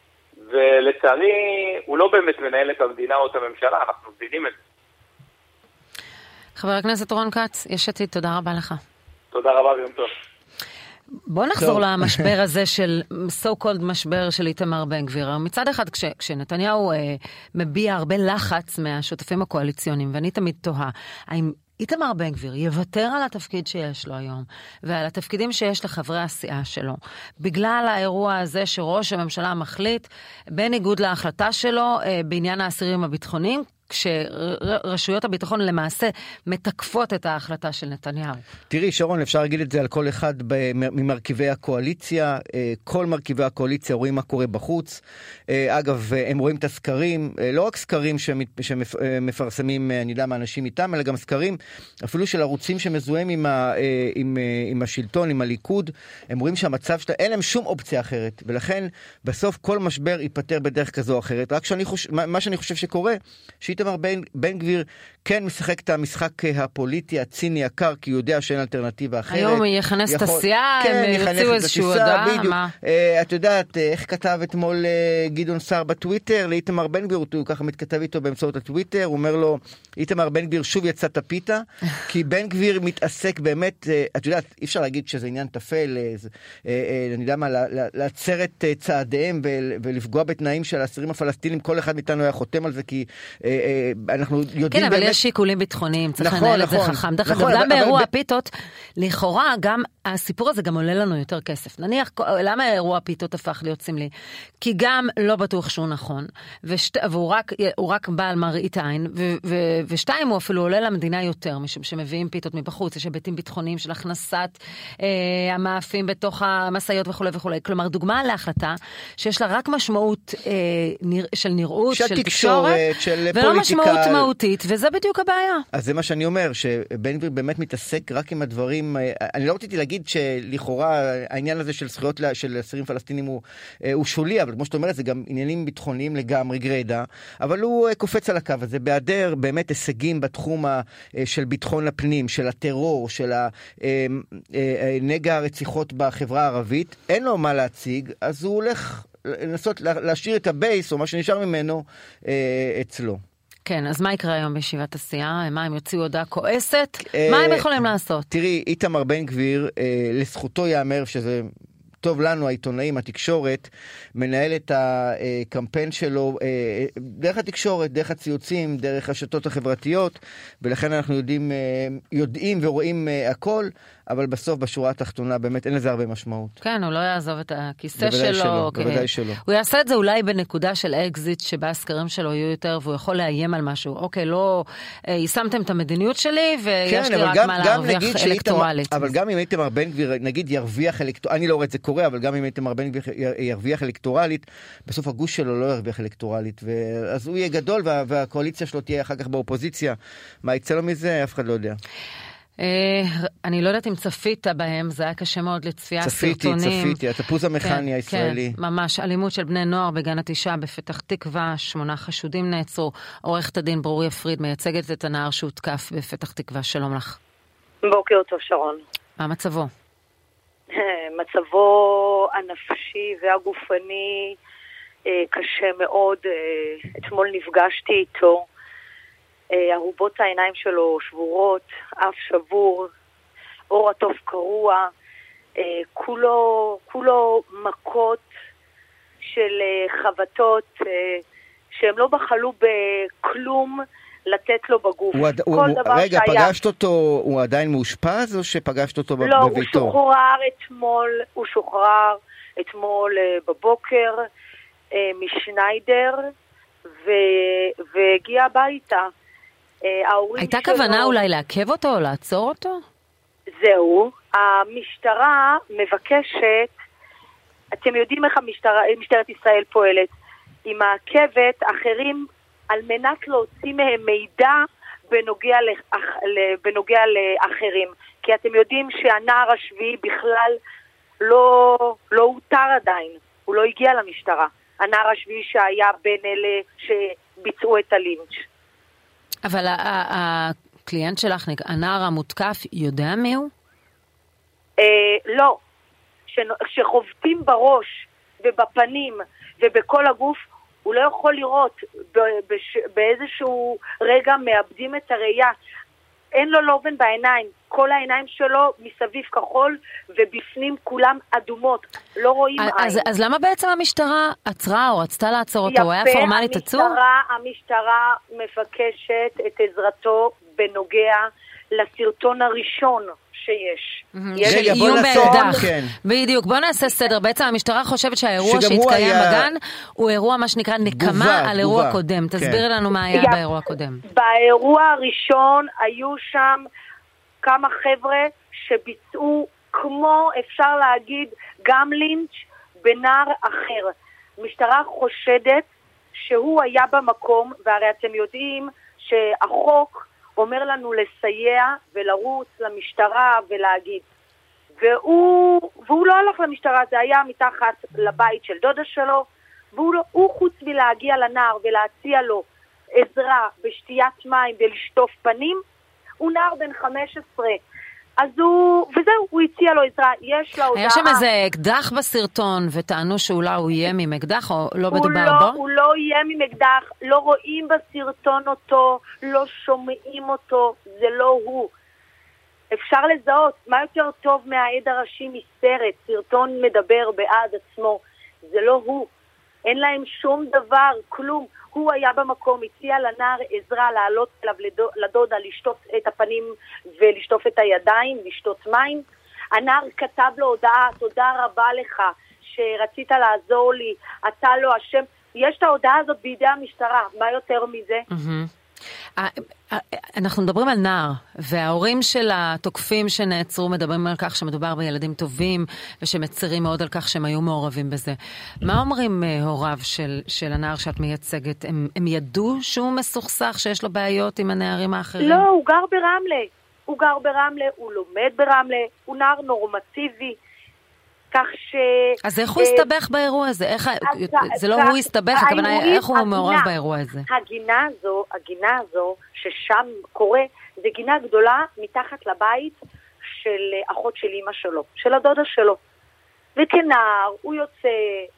ולצערי הוא לא באמת מנהל את המדינה או את הממשלה, אנחנו מבינים את זה. חבר הכנסת רון כץ, יש עתיד, תודה רבה לך. תודה רבה ויום טוב. בוא נחזור למשבר הזה של so called משבר של איתמר בן גביר. מצד אחד כשנתניהו מביע הרבה לחץ מהשותפים הקואליציוניים, ואני תמיד תוהה, האם איתמר בן גביר יוותר על התפקיד שיש לו היום, ועל התפקידים שיש לחברי הסיעה שלו, בגלל האירוע הזה שראש הממשלה מחליט, בניגוד להחלטה שלו בעניין האסירים הביטחוניים, כשרשויות הביטחון למעשה מתקפות את ההחלטה של נתניהו. תראי, שרון, אפשר להגיד את זה על כל אחד ממרכיבי הקואליציה. כל מרכיבי הקואליציה רואים מה קורה בחוץ. אגב, הם רואים את הסקרים, לא רק סקרים שמפרסמים, אני יודע מה, אנשים איתם, אלא גם סקרים אפילו של ערוצים שמזוהים עם השלטון, עם הליכוד. הם רואים שהמצב שלה, אין להם שום אופציה אחרת, ולכן בסוף כל משבר ייפטר בדרך כזו או אחרת. רק מה שאני חושב שקורה, איתמר בן גביר כן משחק את המשחק הפוליטי, הציני, הקר, כי הוא יודע שאין אלטרנטיבה אחרת. היום הוא יכנס את הסיעה, הם יוציאו איזשהו הודעה, מה? את יודעת, איך כתב אתמול גדעון סער בטוויטר, לאיתמר בן גביר, הוא ככה מתכתב איתו באמצעות הטוויטר, הוא אומר לו, איתמר בן גביר שוב יצא תפיתה, כי בן גביר מתעסק באמת, את יודעת, אי אפשר להגיד שזה עניין תפל, אני יודע מה, לעצר את צעדיהם ולפגוע בתנאים של האסירים הפלסטינים, כל אחד מאיתנו היה חותם על זה, כי אנחנו יודעים כן, אבל יש שיקולים ביטחוניים, צריך לנהל את זה חכם. דרך אגב, גם באירוע הפיתות, לכאורה, גם הסיפור הזה גם עולה לנו יותר כסף. נניח, למה אירוע הפיתות הפך להיות סמלי? כי גם לא בטוח שהוא נכון, והוא רק בעל מראית עין, ושתיים, הוא אפילו עולה למדינה יותר, משום שמביאים פיתות מבחוץ, יש היבטים ביטחוניים של הכנסת המאפים בתוך המסעיות וכו' וכו'. כלומר, דוגמה להחלטה שיש לה רק משמעות של נראות, של תקשורת, ולא משמעות מהותית, וזה בדיוק הבעיה. אז זה מה שאני אומר, שבן גביר באמת מתעסק רק עם הדברים, אני לא רציתי להגיד שלכאורה העניין הזה של זכויות של אסירים פלסטינים הוא שולי, אבל כמו שאת אומרת, זה גם עניינים ביטחוניים לגמרי גרידא, אבל הוא קופץ על הקו הזה, בהיעדר באמת הישגים בתחום של ביטחון הפנים, של הטרור, של נגע הרציחות בחברה הערבית, אין לו מה להציג, אז הוא הולך לנסות להשאיר את הבייס, או מה שנשאר ממנו, אצלו. כן, אז מה יקרה היום בישיבת הסיעה? מה, הם יוציאו הודעה כועסת? מה הם יכולים לעשות? תראי, איתמר בן גביר, לזכותו יאמר שזה טוב לנו, העיתונאים, התקשורת, מנהל את הקמפיין שלו דרך התקשורת, דרך הציוצים, דרך השתות החברתיות, ולכן אנחנו יודעים ורואים הכל, אבל בסוף בשורה התחתונה באמת אין לזה הרבה משמעות. כן, הוא לא יעזוב את הכיסא שלו. בוודאי שלא. הוא יעשה את זה אולי בנקודה של אקזיט, שבה הסקרים שלו יהיו יותר, והוא יכול לאיים על משהו. אוקיי, לא, יישמתם את המדיניות שלי, ויש לי רק מה להרוויח אלקטורלית. אבל גם אם איתמר בן גביר, נגיד, ירוויח אלקטורלית, אני לא רואה את זה קורה, אבל גם אם איתמר בן גביר ירוויח אלקטורלית, בסוף הגוש שלו לא ירוויח אלקטורלית, אז הוא יהיה גדול, והקואליציה שלו תהיה אחר כך באופוזיציה. מה יצא לו מזה? אף אחד לא יודע. אני לא יודעת אם צפית בהם, זה היה קשה מאוד לצפייה, סרטונים. צפיתי, התפוז המכני הישראלי. כן, ממש, אלימות של בני נוער בגן התשעה בפתח תקווה, 8 חשודים נעצרו. עורכת הדין ברוריה פריד מייצגת את הנער שהותקף בפתח תקווה, שלום לך. בוקר טוב שרון. מה מצבו? מצבו הנפשי והגופני קשה מאוד. אתמול נפגשתי איתו. ארובות העיניים שלו שבורות, אף שבור, אור התוף קרוע, כולו מכות של חבטות שהם לא בחלו בכלום לתת לו בגוף. רגע, פגשת אותו, הוא עדיין מאושפז או שפגשת אותו בביתו? לא, הוא שוחרר אתמול בבוקר משניידר והגיע הביתה. הייתה כוונה אולי לעכב אותו או לעצור אותו? זהו, המשטרה מבקשת, אתם יודעים איך משטרת ישראל פועלת, היא מעכבת אחרים על מנת להוציא מהם מידע בנוגע לאחרים, כי אתם יודעים שהנער השביעי בכלל לא הותר עדיין, הוא לא הגיע למשטרה, הנער השביעי שהיה בין אלה שביצעו את הלינץ'. אבל הקליינט שלך, הנער המותקף, יודע מי הוא? לא. שחובטים בראש ובפנים ובכל הגוף, הוא לא יכול לראות. באיזשהו רגע מאבדים את הראייה. אין לו לובן בעיניים. כל העיניים שלו מסביב כחול, ובפנים כולם אדומות. לא רואים עין. אז למה בעצם המשטרה עצרה או רצתה לעצור אותו? הוא היה פורמלית עצור? המשטרה מבקשת את עזרתו בנוגע לסרטון הראשון שיש. של איום באקדח. בדיוק, בוא נעשה סדר. בעצם המשטרה חושבת שהאירוע שהתקיים בגן הוא אירוע מה שנקרא נקמה על אירוע קודם. תסביר לנו מה היה באירוע הקודם. באירוע הראשון היו שם כמה חבר'ה שביצעו, כמו אפשר להגיד, גם לינץ' בנער אחר. משטרה חושדת שהוא היה במקום, והרי אתם יודעים שהחוק אומר לנו לסייע ולרוץ למשטרה ולהגיד. והוא לא הלך למשטרה, זה היה מתחת לבית של דודה שלו, והוא חוץ מלהגיע לנער ולהציע לו עזרה בשתיית מים ולשטוף פנים, הוא נער בן 15, אז הוא הציע לו עזרה, יש לה הודעה. היה שם איזה אקדח בסרטון, וטענו שאולי הוא יהיה עם אקדח, או לא מדובר בו? הוא לא יהיה עם אקדח, לא רואים בסרטון אותו, לא שומעים אותו, זה לא הוא. אפשר לזהות, מה יותר טוב מהעד הראשי מסרט, סרטון מדבר בעד עצמו, זה לא הוא. אין להם שום דבר, כלום. הוא היה במקום, הציע לנער עזרה לעלות אליו לדודה, לשטוף את הפנים ולשטוף את הידיים, לשתות מים. הנער כתב לו הודעה, תודה רבה לך שרצית לעזור לי, אתה לא אשם. יש את ההודעה הזאת בידי המשטרה, מה יותר מזה? אנחנו מדברים על נער, וההורים של התוקפים שנעצרו מדברים על כך שמדובר בילדים טובים, ושמצרים מאוד על כך שהם היו מעורבים בזה. מה אומרים הוריו של הנער שאת מייצגת? הם ידעו שהוא מסוכסך, שיש לו בעיות עם הנערים האחרים? לא, הוא גר ברמלה. הוא גר ברמלה, הוא לומד ברמלה, הוא נער נורמטיבי. כך ש... אז איך הוא הסתבך באירוע הזה? זה לא הוא הסתבך, הכוונה איך הוא מעורב באירוע הזה? הגינה הזו ששם קורה, זה גינה גדולה מתחת לבית של אחות של אמא שלו, של הדודה שלו. וכנער הוא יוצא,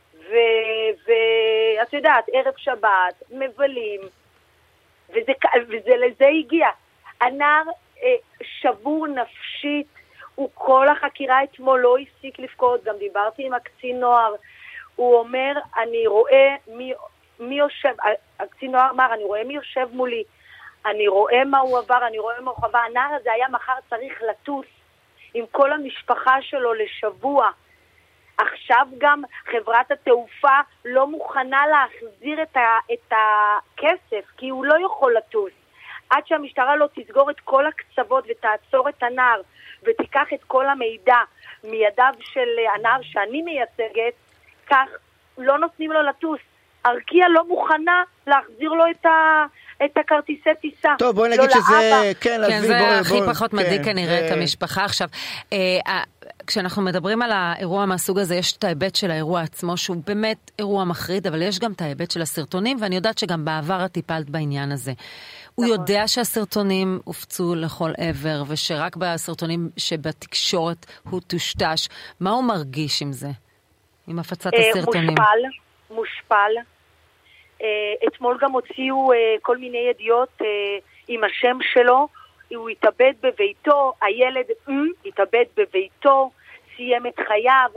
ואת יודעת, ערב שבת, מבלים, וזה לזה הגיע. הנער שבור נפשית, הוא כל החקירה אתמול לא הפסיק לפקוד, גם דיברתי עם הקצין נוער, הוא אומר, אני רואה מי יושב, הקצין נוער אמר, אני רואה מי יושב מולי, אני רואה מה הוא עבר, אני רואה מה הוא חווה, הנער הזה היה מחר צריך לטוס עם כל המשפחה שלו לשבוע, עכשיו גם חברת התעופה לא מוכנה להחזיר את הכסף, כי הוא לא יכול לטוס, עד שהמשטרה לא תסגור את כל הקצוות ותעצור את הנער, ותיקח את כל המידע מידיו של הנער שאני מייצגת, כך לא נותנים לו לטוס. ארקיע לא מוכנה להחזיר לו את הכרטיסי טיסה. טוב, בואי נגיד שזה... כן, זה הכי פחות מדאיג כנראה את המשפחה. עכשיו, כשאנחנו מדברים על האירוע מהסוג הזה, יש את ההיבט של האירוע עצמו, שהוא באמת אירוע מחריד, אבל יש גם את ההיבט של הסרטונים, ואני יודעת שגם בעבר את טיפלת בעניין הזה. הוא יודע שהסרטונים הופצו לכל עבר, ושרק בסרטונים שבתקשורת הוא טושטש. מה הוא מרגיש עם זה? עם הפצת הסרטונים? מושפל. אתמול גם הוציאו כל מיני ידיעות עם השם שלו. הוא התאבד בביתו, הילד התאבד בביתו, סיים את חייו.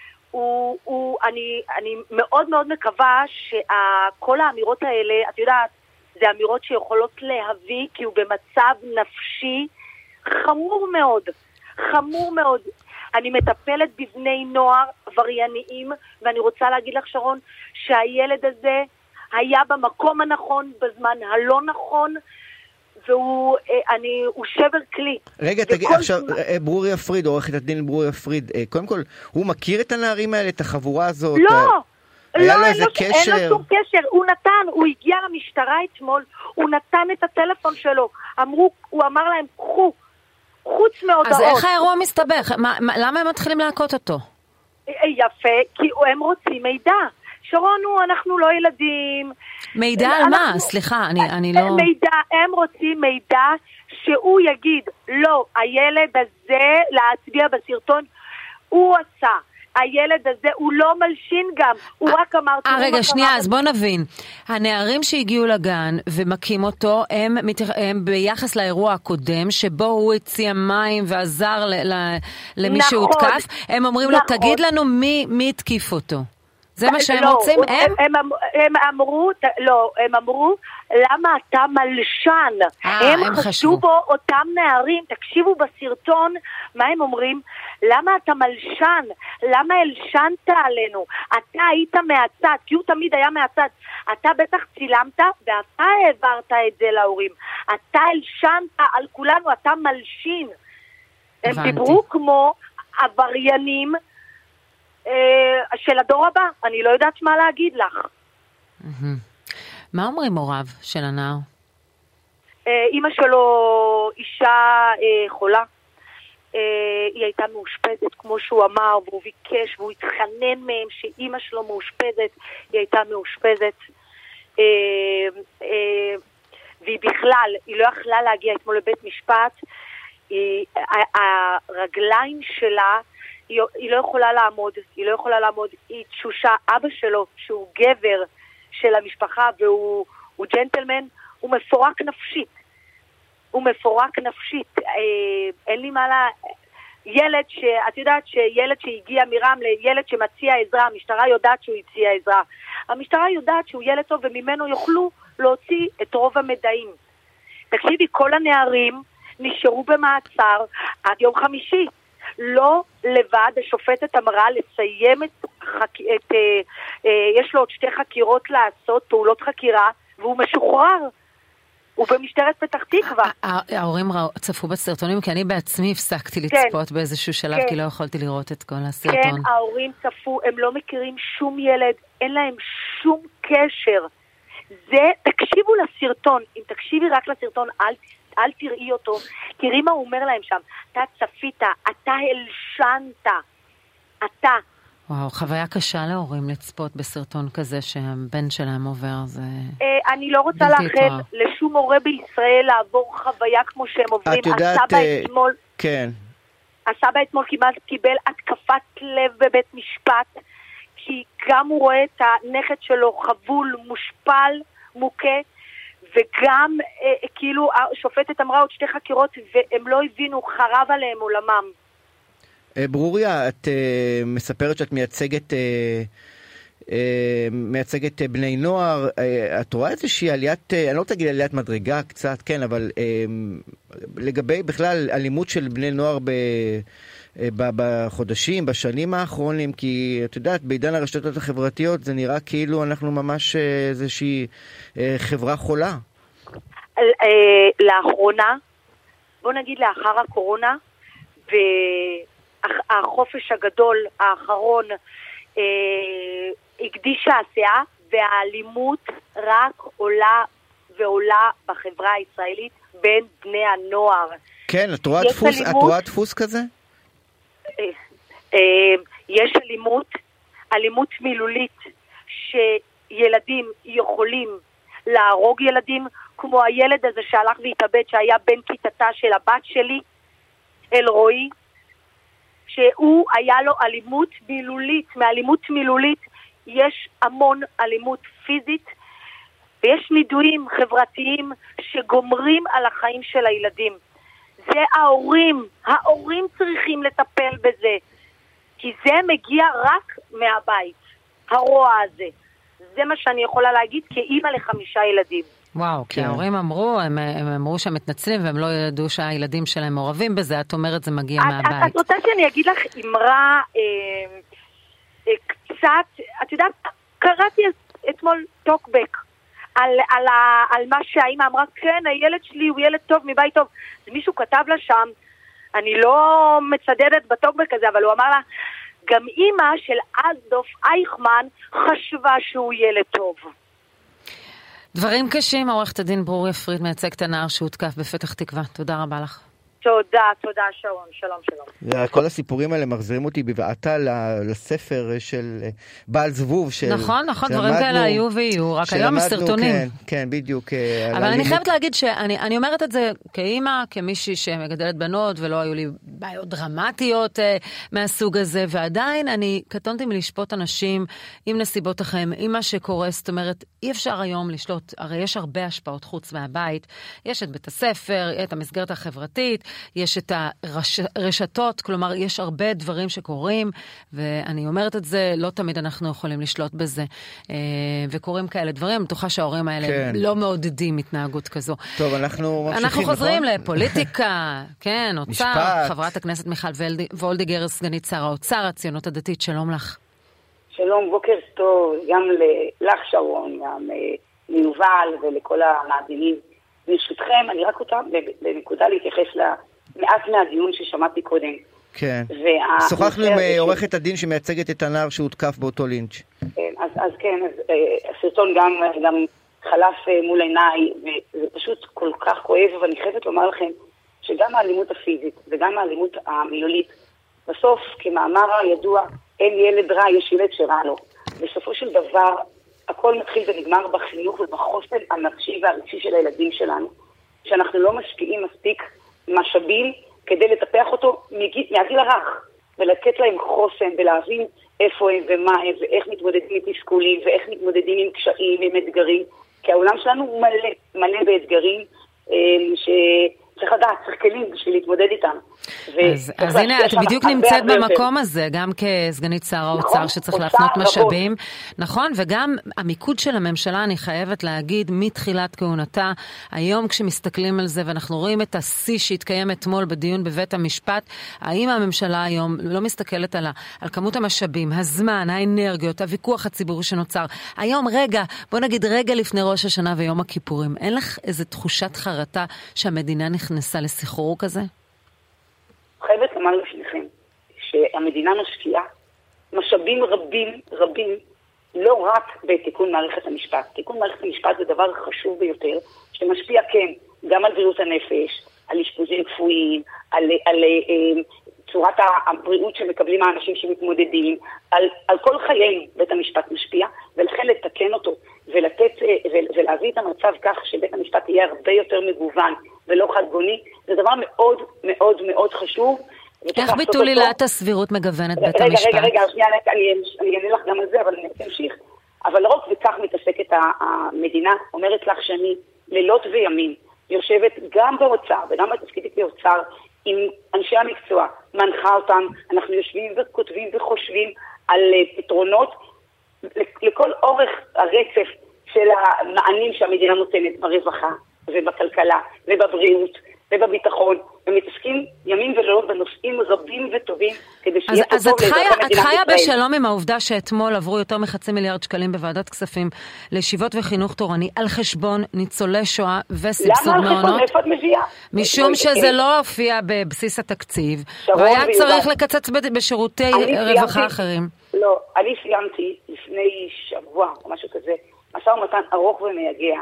אני מאוד מאוד מקווה שכל האמירות האלה, את יודעת, זה אמירות שיכולות להביא, כי הוא במצב נפשי חמור מאוד, חמור מאוד. אני מטפלת בבני נוער עברייניים, ואני רוצה להגיד לך, שרון, שהילד הזה היה במקום הנכון, בזמן הלא נכון, והוא שבר כלי. רגע, תגיד, עכשיו, ברוריה פריד, עורכת הדין ברוריה פריד, קודם כל, הוא מכיר את הנערים האלה, את החבורה הזאת? לא! היה לו איזה קשר? אין לו שום קשר, הוא הגיע למשטרה אתמול, הוא נתן את הטלפון שלו, הוא אמר להם, קחו, חוץ מהודעות. אז איך האירוע מסתבך? למה הם מתחילים להכות אותו? יפה, כי הם רוצים מידע. שרון, אנחנו לא ילדים. מידע על מה? סליחה, אני לא... הם רוצים מידע שהוא יגיד, לא, הילד הזה להצביע בסרטון, הוא עשה. הילד הזה הוא לא מלשין גם, הוא רק אמר... רגע, שנייה, אז בוא נבין. הנערים שהגיעו לגן ומקים אותו, הם ביחס לאירוע הקודם, שבו הוא הציע מים ועזר למי שהותקף, הם אומרים לו, תגיד לנו מי התקיף אותו. זה מה שהם רוצים? הם אמרו, למה אתה מלשן? הם חשבו בו אותם נערים, תקשיבו בסרטון, מה הם אומרים? למה אתה מלשן? למה הלשנת עלינו? אתה היית מהצד, כי הוא תמיד היה מהצד. אתה בטח צילמת, ואתה העברת את זה להורים. אתה הלשנת על כולנו, אתה מלשין. הם דיברו כמו עבריינים, של הדור הבא, אני לא יודעת מה להגיד לך. מה אומרים הוריו של הנער? אמא שלו אישה חולה, היא הייתה מאושפזת כמו שהוא אמר, והוא ביקש והוא התחנן מהם שאמא שלו מאושפזת, היא הייתה מאושפזת, והיא בכלל, היא לא יכלה להגיע אתמול לבית משפט, הרגליים שלה היא לא יכולה לעמוד, היא תשושה. אבא שלו, שהוא גבר של המשפחה והוא ג'נטלמן, הוא מפורק נפשית. אין לי מה ילד את יודעת שילד שהגיע מרמלה, ילד שמציע עזרה, המשטרה יודעת שהוא הציע עזרה. המשטרה יודעת שהוא ילד טוב וממנו יוכלו להוציא את רוב המדעים. תקשיבי, כל הנערים נשארו במעצר עד יום חמישי. לא לבד, השופטת אמרה לסיים יש לו עוד 2 חקירות לעשות, פעולות חקירה, והוא משוחרר. הוא במשטרת פתח תקווה. ההורים צפו בסרטונים, כי אני בעצמי הפסקתי לצפות באיזשהו שלב, כי לא יכולתי לראות את כל הסרטון. כן, ההורים צפו, הם לא מכירים שום ילד, אין להם שום קשר. תקשיבו לסרטון, אם תקשיבי רק לסרטון, אל תראי אותו, תראי מה הוא אומר להם שם. אתה צפית, אתה הלשנת, אתה. וואו, חוויה קשה להורים לצפות בסרטון כזה שהבן שלהם עובר, זה... אני לא רוצה לאחל לשום הורה בישראל לעבור חוויה כמו שהם עוברים. את יודעת... כן. הסבא אתמול כמעט קיבל התקפת לב בבית משפט, כי גם הוא רואה את הנכד שלו חבול, מושפל, מוכה, וגם כאילו השופטת אמרה עוד 2 חקירות והם לא הבינו, חרב עליהם עולמם. ברוריה, את מספרת שאת מייצגת בני נוער, את רואה איזושהי עליית, אני לא רוצה להגיד עליית מדרגה קצת, כן, אבל לגבי בכלל אלימות של בני נוער בחודשים, בשנים האחרונים, כי את יודעת, בעידן הרשתות החברתיות זה נראה כאילו אנחנו ממש איזושהי חברה חולה. לאחרונה, בוא נגיד לאחר הקורונה, והחופש הגדול האחרון הקדישה הסעה, והאלימות רק עולה ועולה בחברה הישראלית בין בני הנוער. כן, את רואה דפוס כזה? יש אלימות מילולית שילדים יכולים להרוג ילדים, כמו הילד הזה שהלך והתאבד, שהיה בן כיתתה של הבת שלי, אלרועי, שהוא היה לו אלימות מילולית. מאלימות מילולית יש המון אלימות פיזית, ויש נידויים חברתיים שגומרים על החיים של הילדים. זה ההורים צריכים לטפל בזה, כי זה מגיע רק מהבית, הרוע הזה. זה מה שאני יכולה להגיד כאימא ל5 ילדים. וואו, כי ההורים אמרו, הם אמרו שהם מתנצלים והם לא ידעו שהילדים שלהם מעורבים בזה, את אומרת זה מגיע מהבית. את רוצה שאני אגיד לך אמרה קצת, את יודעת, קראתי אתמול טוקבק על מה שהאמא אמרה, כן, הילד שלי הוא ילד טוב מבית טוב. אז מישהו כתב לה שם, אני לא מצדדת בטוקבק הזה, אבל הוא אמר לה, גם אמא של אדולף אייכמן חשבה שהוא ילד טוב. דברים קשים, עורכת הדין ברוריה פריד, מייצגת הנער שהותקף בפתח תקווה. תודה רבה לך. תודה שרון, שלום. כל הסיפורים האלה מחזירים אותי בבעתה לספר של בעל זבוב. נכון, דברים כאלה היו ויהיו, רק היום הסרטונים. כן, בדיוק. אבל אני חייבת להגיד שאני אומרת את זה כאימא, כמישהי שמגדלת בנות, ולא היו לי בעיות דרמטיות מהסוג הזה, ועדיין אני קטונתי מלשפוט אנשים עם נסיבות החיים, עם מה שקורה, זאת אומרת, אי אפשר היום לשלוט, הרי יש הרבה השפעות חוץ מהבית, יש את בית הספר, את המסגרת החברתית, יש את הרשתות, כלומר, יש הרבה דברים שקורים, ואני אומרת את זה, לא תמיד אנחנו יכולים לשלוט בזה, וקורים כאלה דברים, אני בטוחה שההורים האלה לא מעודדים התנהגות כזו. טוב, אנחנו ממשיכים, אנחנו חוזרים לפוליטיקה, כן, אוצר, חברת הכנסת מיכל וולדיגר, סגנית שר האוצר, הציונות הדתית, שלום לך. שלום, בוקר טוב, גם לך שרון, גם ליובל ולכל המאזינים. ברשותכם, אני רק רוצה בנקודה להתייחס למעט מהדיון ששמעתי קודם. כן. שוחחנו עם עורכת הדין שמייצגת את הנער שהותקף באותו לינץ'. כן, אז כן, הסרטון גם חלף מול עיניי, וזה פשוט כל כך כואב, ואני חייבת לומר לכם שגם האלימות הפיזית וגם האלימות המילולית, בסוף, כמאמר הידוע, אין ילד רע, יש ילד שרע לו. בסופו של דבר, הכל מתחיל ונגמר בחינוך ובחוסן הנפשי והרגשי של הילדים שלנו, שאנחנו לא משקיעים מספיק משאבים כדי לטפח אותו מהגיל הרך, ולתת להם חוסן ולהבין איפה הם ומה הם ואיך מתמודדים עם תסכולים ואיך מתמודדים עם קשיים, עם אתגרים, כי העולם שלנו מלא באתגרים שצריך לדעת, צריך כלים בשביל להתמודד איתם. אז הנה, את בדיוק נמצאת במקום הזה, גם כסגנית שר האוצר שצריך להפנות משאבים, נכון, וגם המיקוד של הממשלה, אני חייבת להגיד, מתחילת כהונתה, היום כשמסתכלים על זה, ואנחנו רואים את השיא שהתקיים אתמול בדיון בבית המשפט, האם הממשלה היום לא מסתכלת על כמות המשאבים, הזמן, האנרגיות, הוויכוח הציבורי שנוצר, היום בוא נגיד רגע לפני ראש השנה ויום הכיפורים, אין לך איזו תחושת חרטה שהמדינה נכנסה לסחרור כזה? חייבת לומר לפניכם שהמדינה משקיעה משאבים רבים, לא רק בתיקון מערכת המשפט. תיקון מערכת המשפט זה דבר חשוב ביותר, שמשפיע גם על בריאות הנפש, על אשפוזים כפויים, על צורת הבריאות שמקבלים האנשים שמתמודדים, על כל חיינו בית המשפט משפיע, ולכן לתקן אותו ולהביא את המצב כך שבית המשפט יהיה הרבה יותר מגוון ולא חד-גוני, זה דבר מאוד מאוד מאוד חשוב. איך ביטול עילת הסבירות מגוונת בית המשפט? רגע, שנייה, אני אענה לך גם על זה, אבל אני אמשיך. אבל לא רק וכך מתעסקת המדינה, אומרת לך שאני לילות וימים יושבת גם באוצר וגם בתפקידית באוצר עם אנשי המקצוע, מנחה אותם, אנחנו יושבים וכותבים וחושבים על פתרונות לכל אורך הרצף של המענים שהמדינה נותנת ברווחה ובכלכלה ובבריאות ובביטחון, ומתעסקים ימים ולילות בנושאים רבים וטובים כדי שיהיה פה טוב לאזרחי מדינת ישראל. אז את חיה בשלום עם העובדה שאתמול עברו יותר מ5 מיליארד שקלים בוועדת כספים לישיבות וחינוך תורני על חשבון ניצולי שואה וסבסוד מעונות? למה על חשבון? איפה את מביאה? משום שזה לא הופיע בבסיס התקציב, והיה צריך לקצץ בשירותי רווחה אחרים. לא, אני סיימתי לפני שבוע או משהו כזה, משא ומתן ארוך ומייגע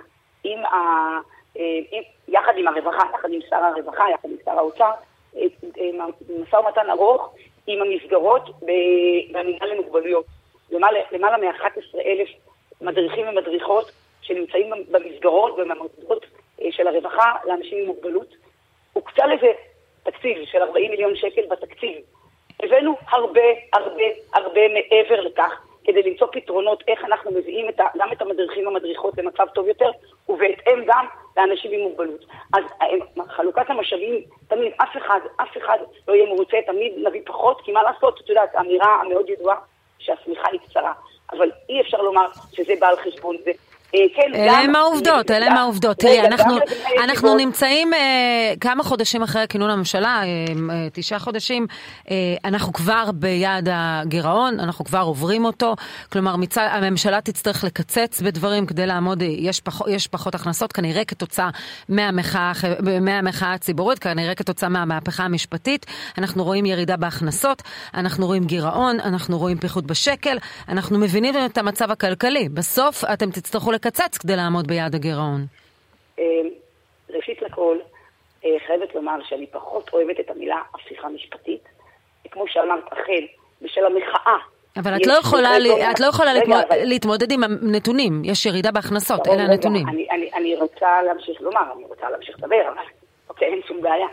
יחד עם הרווחה, יחד עם שר הרווחה, יחד עם שר האוצר, משא ומתן ארוך עם המסגרות במינהל למוגבלויות. למעלה מ-11,000 מדריכים ומדריכות שנמצאים במסגרות ובמוסדות של הרווחה לאנשים עם מוגבלות. הוקצה לזה תקציב של 40 מיליון שקל בתקציב. הבאנו הרבה מעבר לכך, כדי למצוא פתרונות איך אנחנו מביאים גם את המדריכים והמדריכות למצב טוב יותר, ובהתאם גם לאנשים עם מוגבלות. אז חלוקת המשאבים, תמיד אף אחד לא יהיה מרוצה, תמיד נביא פחות, כי מה לעשות, את יודעת, האמירה המאוד ידועה שהשמיכה היא קצרה, אבל אי אפשר לומר שזה בא על חשבון זה. אלה הם העובדות. תראי, אנחנו נמצאים כמה חודשים אחרי כינון הממשלה, 9 חודשים, אנחנו כבר ביעד הגירעון, אנחנו כבר עוברים אותו, כלומר הממשלה תצטרך לקצץ בדברים כדי לעמוד, יש פחות הכנסות, כנראה כתוצאה מהמחאה הציבורית, כנראה כתוצאה מהמהפכה המשפטית, אנחנו רואים ירידה בהכנסות, אנחנו רואים גירעון, אנחנו רואים פיחות בשקל, אנחנו מבינים את המצב הכלכלי, בסוף אתם תצטרכו לקצץ כדי לעמוד ביעד הגירעון. ראשית לכל, חייבת לומר שאני פחות אוהבת את המילה הפיכה משפטית, כמו שאמרת, אכן, בשל המחאה. אבל את לא יכולה להתמודד עם הנתונים, יש ירידה בהכנסות, אלה הנתונים. אני רוצה להמשיך לומר, אני רוצה להמשיך לדבר, אבל אוקיי, אין שום בעיה.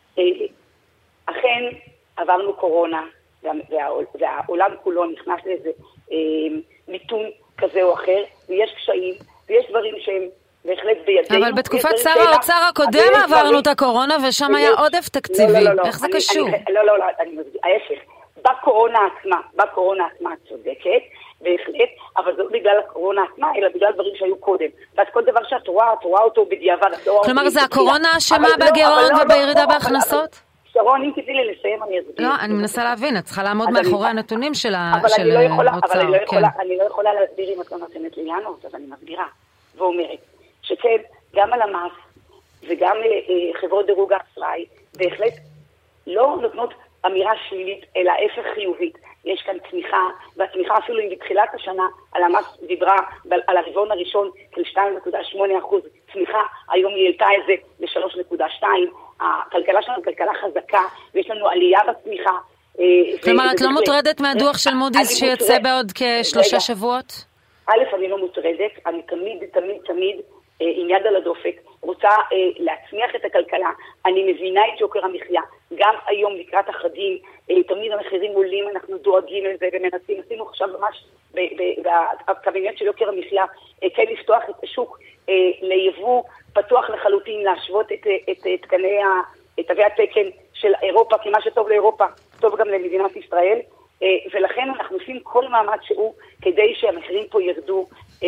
אכן, עברנו קורונה, והעולם כולו נכנס לאיזה מיתון כזה או אחר, ויש קשיים, ויש דברים שהם בהחלט בידינו. אבל בתקופת שר האוצר הקודם עברנו את הקורונה, ושם היה עודף תקציבי. איך זה קשור? לא, ההפך. בקורונה עצמה צודקת, בהחלט, אבל זה לא בגלל הקורונה עצמה, אלא בגלל דברים שהיו קודם. ואז כל דבר שאת רואה אותו בדיעבד. כלומר, זה הקורונה אשמה בגירעון ובירידה בהכנסות? שרון, אם תתני לי לסיים, אני אסביר. לא, אני מנסה להבין, את צריכה לעמוד מאחורי הנתונים של האוצר. אבל אני לא יכולה להסביר אם את לא נותנת לי לענות, אז אני מסבירה. ואומרת, שכן, גם על המס וגם חברות דירוג האשראי, בהחלט לא נותנות אמירה שלילית, אלא הפך חיובית. יש כאן תמיכה, והתמיכה אפילו אם בתחילת השנה, על המס דיברה על הרבעון הראשון של 2.8% תמיכה, היום היא העלתה את זה ל-3.2%. הכלכלה שלנו כלכלה חזקה, ויש לנו עלייה בתמיכה. כלומר, את לא מוטרדת מהדוח של מודי'ס שיצא בעוד כ3 שבועות? אני לא מוטרדת, אני תמיד עם יד על הדופק, רוצה להצמיח את הכלכלה, אני מבינה את יוקר המחיה, גם היום לקראת החגים, תמיד המחירים עולים, אנחנו דואגים לזה ומנסים, עשינו עכשיו ממש בקבינט של יוקר המחיה, כן לפתוח את השוק ליבוא פתוח לחלוטין, להשוות את תווי התקן של אירופה, כי מה שטוב לאירופה, טוב גם למדינת ישראל, ולכן אנחנו עושים כל מאמץ שהוא כדי שהמחירים פה ירדו,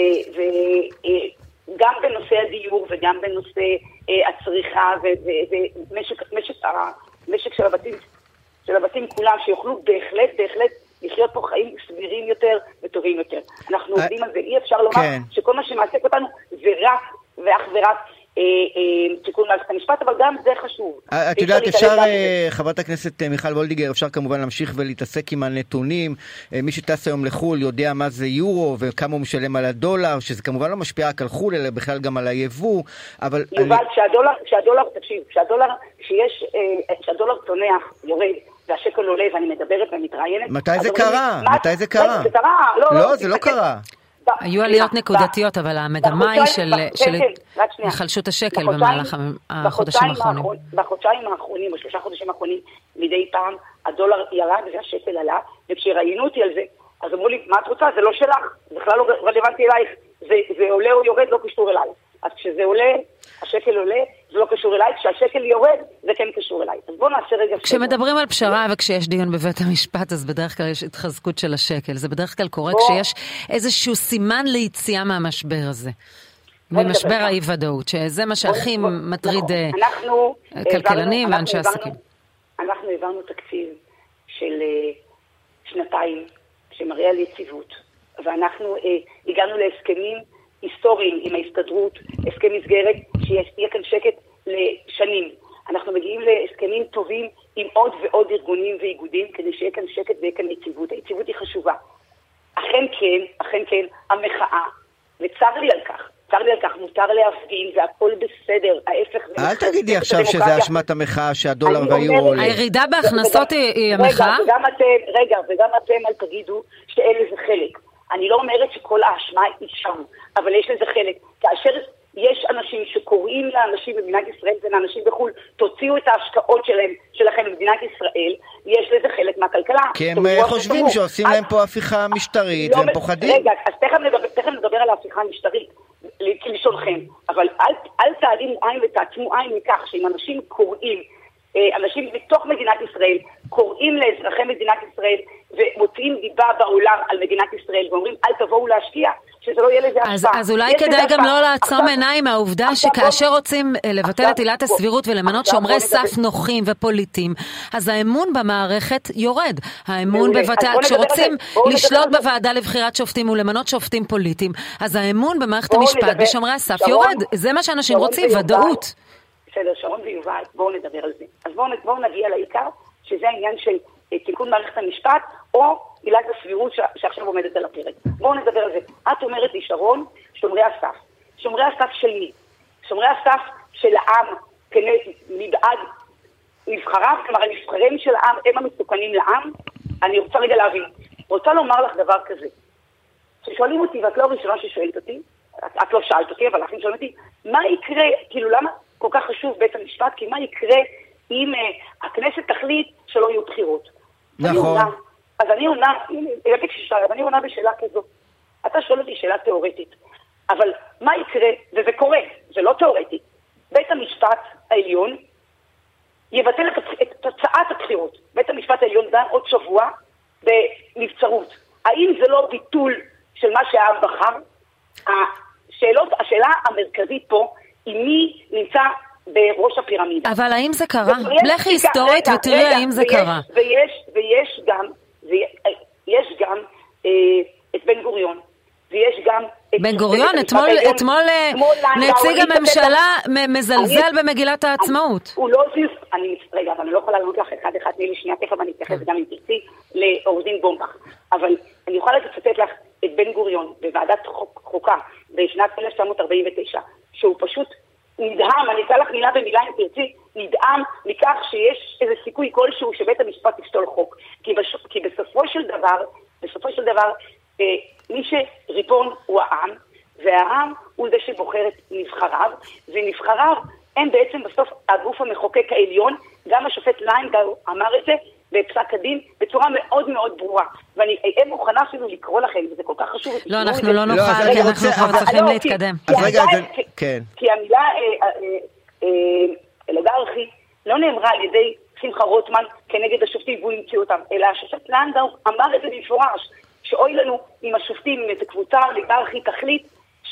וגם בנושא הדיור וגם בנושא הצריכה ומשק של הבתים כולם, שיוכלו בהחלט לחיות פה חיים סבירים יותר וטובים יותר. אנחנו עובדים על זה, אי אפשר לומר שכל מה שמעסק אותנו זה רק ואך ורק תיקון מערכת המשפט, אבל גם זה חשוב. את יודעת, אפשר, חברת הכנסת מיכל וולדיגר, אפשר כמובן להמשיך ולהתעסק עם הנתונים. מי שטס היום לחול יודע מה זה יורו וכמה הוא משלם על הדולר, שזה כמובן לא משפיע רק על חול, אלא בכלל גם על היבוא. אבל יובל, כשהדולר צונח, יורד, והשקל עולה, ואני מדברת ומתראיינת. מתי זה קרה? זה קרה? לא, זה לא קרה. היו עליות נקודתיות, אבל המגמה היא של החלשות השקל במהלך החודשים האחרונים. בחודשיים האחרונים, או 3 חודשים האחרונים, מדי פעם הדולר ירד והשקל עלה, וכשראיינו אותי על זה, אז אמרו לי, מה את רוצה? זה לא שלך, זה בכלל לא רלוונטי אלייך, זה עולה או יורד, לא קשור אליי. אז כשזה עולה, השקל עולה, זה לא קשור אליי, כשהשקל יורד, זה כן קשור אליי. אז בואו נעשה רגע... כשמדברים על פשרה וכשיש דיון בבית המשפט, אז בדרך כלל יש התחזקות של השקל. זה בדרך כלל קורה כשיש איזשהו סימן ליציאה מהמשבר הזה. ממשבר האי-ודאות, שזה מה שהכי מטריד כלכלנים ואנשי עסקים. אנחנו הבנו תקציב של 2 שמראה על יציבות, ואנחנו הגענו להסכמים היסטוריים עם ההסתדרות, הסכם מסגרת, שיהיה כאן שקט לשנים. אנחנו מגיעים להסכמים טובים עם עוד ועוד ארגונים ואיגודים, כדי שיהיה כאן שקט ויהיה כאן יציבות. היציבות היא חשובה. אכן כן, המחאה, וצר לי על כך, מותר להפגין, זה הכל בסדר, ההפך... אל תגידי עכשיו שזה אשמת המחאה, שהדולר והיורו עולה. הירידה בהכנסות היא המחאה? וגם אתם אל תגידו שאין לזה חלק. אני לא אומרת שכל האשמה היא שם, אבל יש לזה חלק. כאשר יש אנשים שקוראים לאנשים במדינת ישראל ולאנשים בחו"ל, תוציאו את ההשקעות שלכם במדינת ישראל, יש לזה חלק מהכלכלה. כי הם חושבים שעושים להם פה הפיכה משטרית, והם פוחדים. רגע, אז תכף נדבר על ההפיכה המשטרית, לשונכם, אבל אל תעלימו עין ותעצמו עין מכך שאם אנשים קוראים, אנשים בתוך מדינת ישראל קוראים לאזרחי מדינת ישראל ומוציאים דיבה בעולם על מדינת ישראל ואומרים אל תבואו להשקיע, שזה לא יהיה לזה השפעה. אז אולי כדאי גם לא לעצום עיניים מהעובדה שכאשר רוצים לבטל את עילת הסבירות ולמנות שומרי סף נוחים ופוליטיים, אז האמון במערכת יורד. האמון כשרוצים לשלוט בוועדה לבחירת שופטים ולמנות שופטים פוליטיים, אז האמון במערכת המשפט בשומרי הסף יורד. זה מה שאנשים רוצים, ודאות. בסדר, שרון ויובל, בואו נדבר על זה. אז בואו נגיע לעיקר, שזה העניין של תיקון מערכת המשפט, או עילת הסבירות שעכשיו עומדת על הפרק. בואו נדבר על זה. את אומרת לי, שרון, שומרי הסף. שומרי הסף של מי? שומרי הסף של העם, מבעד נבחריו, כלומר, הנבחרים של העם, הם המסוכנים לעם. אני רוצה רגע להבין. רוצה לומר לך דבר כזה. ששואלים אותי, ואת לא ראשונה ששואלת אותי, את לא שאלת אותי, אבל לכן שואלים אותי, מה יקרה, כאילו למה כל כך חשוב בית המשפט, כי מה יקרה אם הכנסת תחליט שלא יהיו בחירות. נכון. אז אני עונה בשאלה כזו. אתה שואל אותי שאלה תיאורטית. אבל מה יקרה, וזה קורה, זה לא תיאורטי, בית המשפט העליון יבטל את תוצאת הבחירות. בית המשפט העליון דן עוד שבוע בנבצרות. האם זה לא ביטול של מה שהעם בחר? השאלה המרכזית פה היא מי נמצא בראש הפירמידה. אבל האם זה קרה? לכי היסטורית ותראי האם זה קרה. ויש גם את בן גוריון, ויש גם... בן גוריון, אתמול נציג הממשלה מזלזל במגילת העצמאות. הוא לא זיז... רגע, אבל אני לא יכולה לענות לך אחד תני לי שנייה, תכף אני אתייחס גם אם תרצי לעורך דין בומבך. אבל אני יכולה לצטט לך את בן גוריון בוועדת חוקה בשנת 1949, שהוא פשוט נדהם, אני אקרא לך מילה במילה אם תרצי, נדהם מכך שיש איזה סיכוי כלשהו שבית המשפט יפסול חוק. כי בסופו של דבר, מי שריבון הוא העם, והעם הוא זה שבוחר את נבחריו, ונבחריו הם בעצם בסוף הגוף המחוקק העליון. גם השופט ליינגאו אמר את זה בפסק הדין בצורה מאוד מאוד ברורה, ואני מוכנה אפילו לקרוא לכם, וזה כל כך חשוב. לא, אנחנו לא נוכל, כי אנחנו כבר צריכים להתקדם. כי המילה אוליגרכי לא נאמרה על ידי שמחה רוטמן כנגד השופטים והוא המציא אותם, אלא השופט לנדאו אמר את זה במפורש, שאוי לנו אם השופטים, אם איזו קבוצה ליברחית תחליט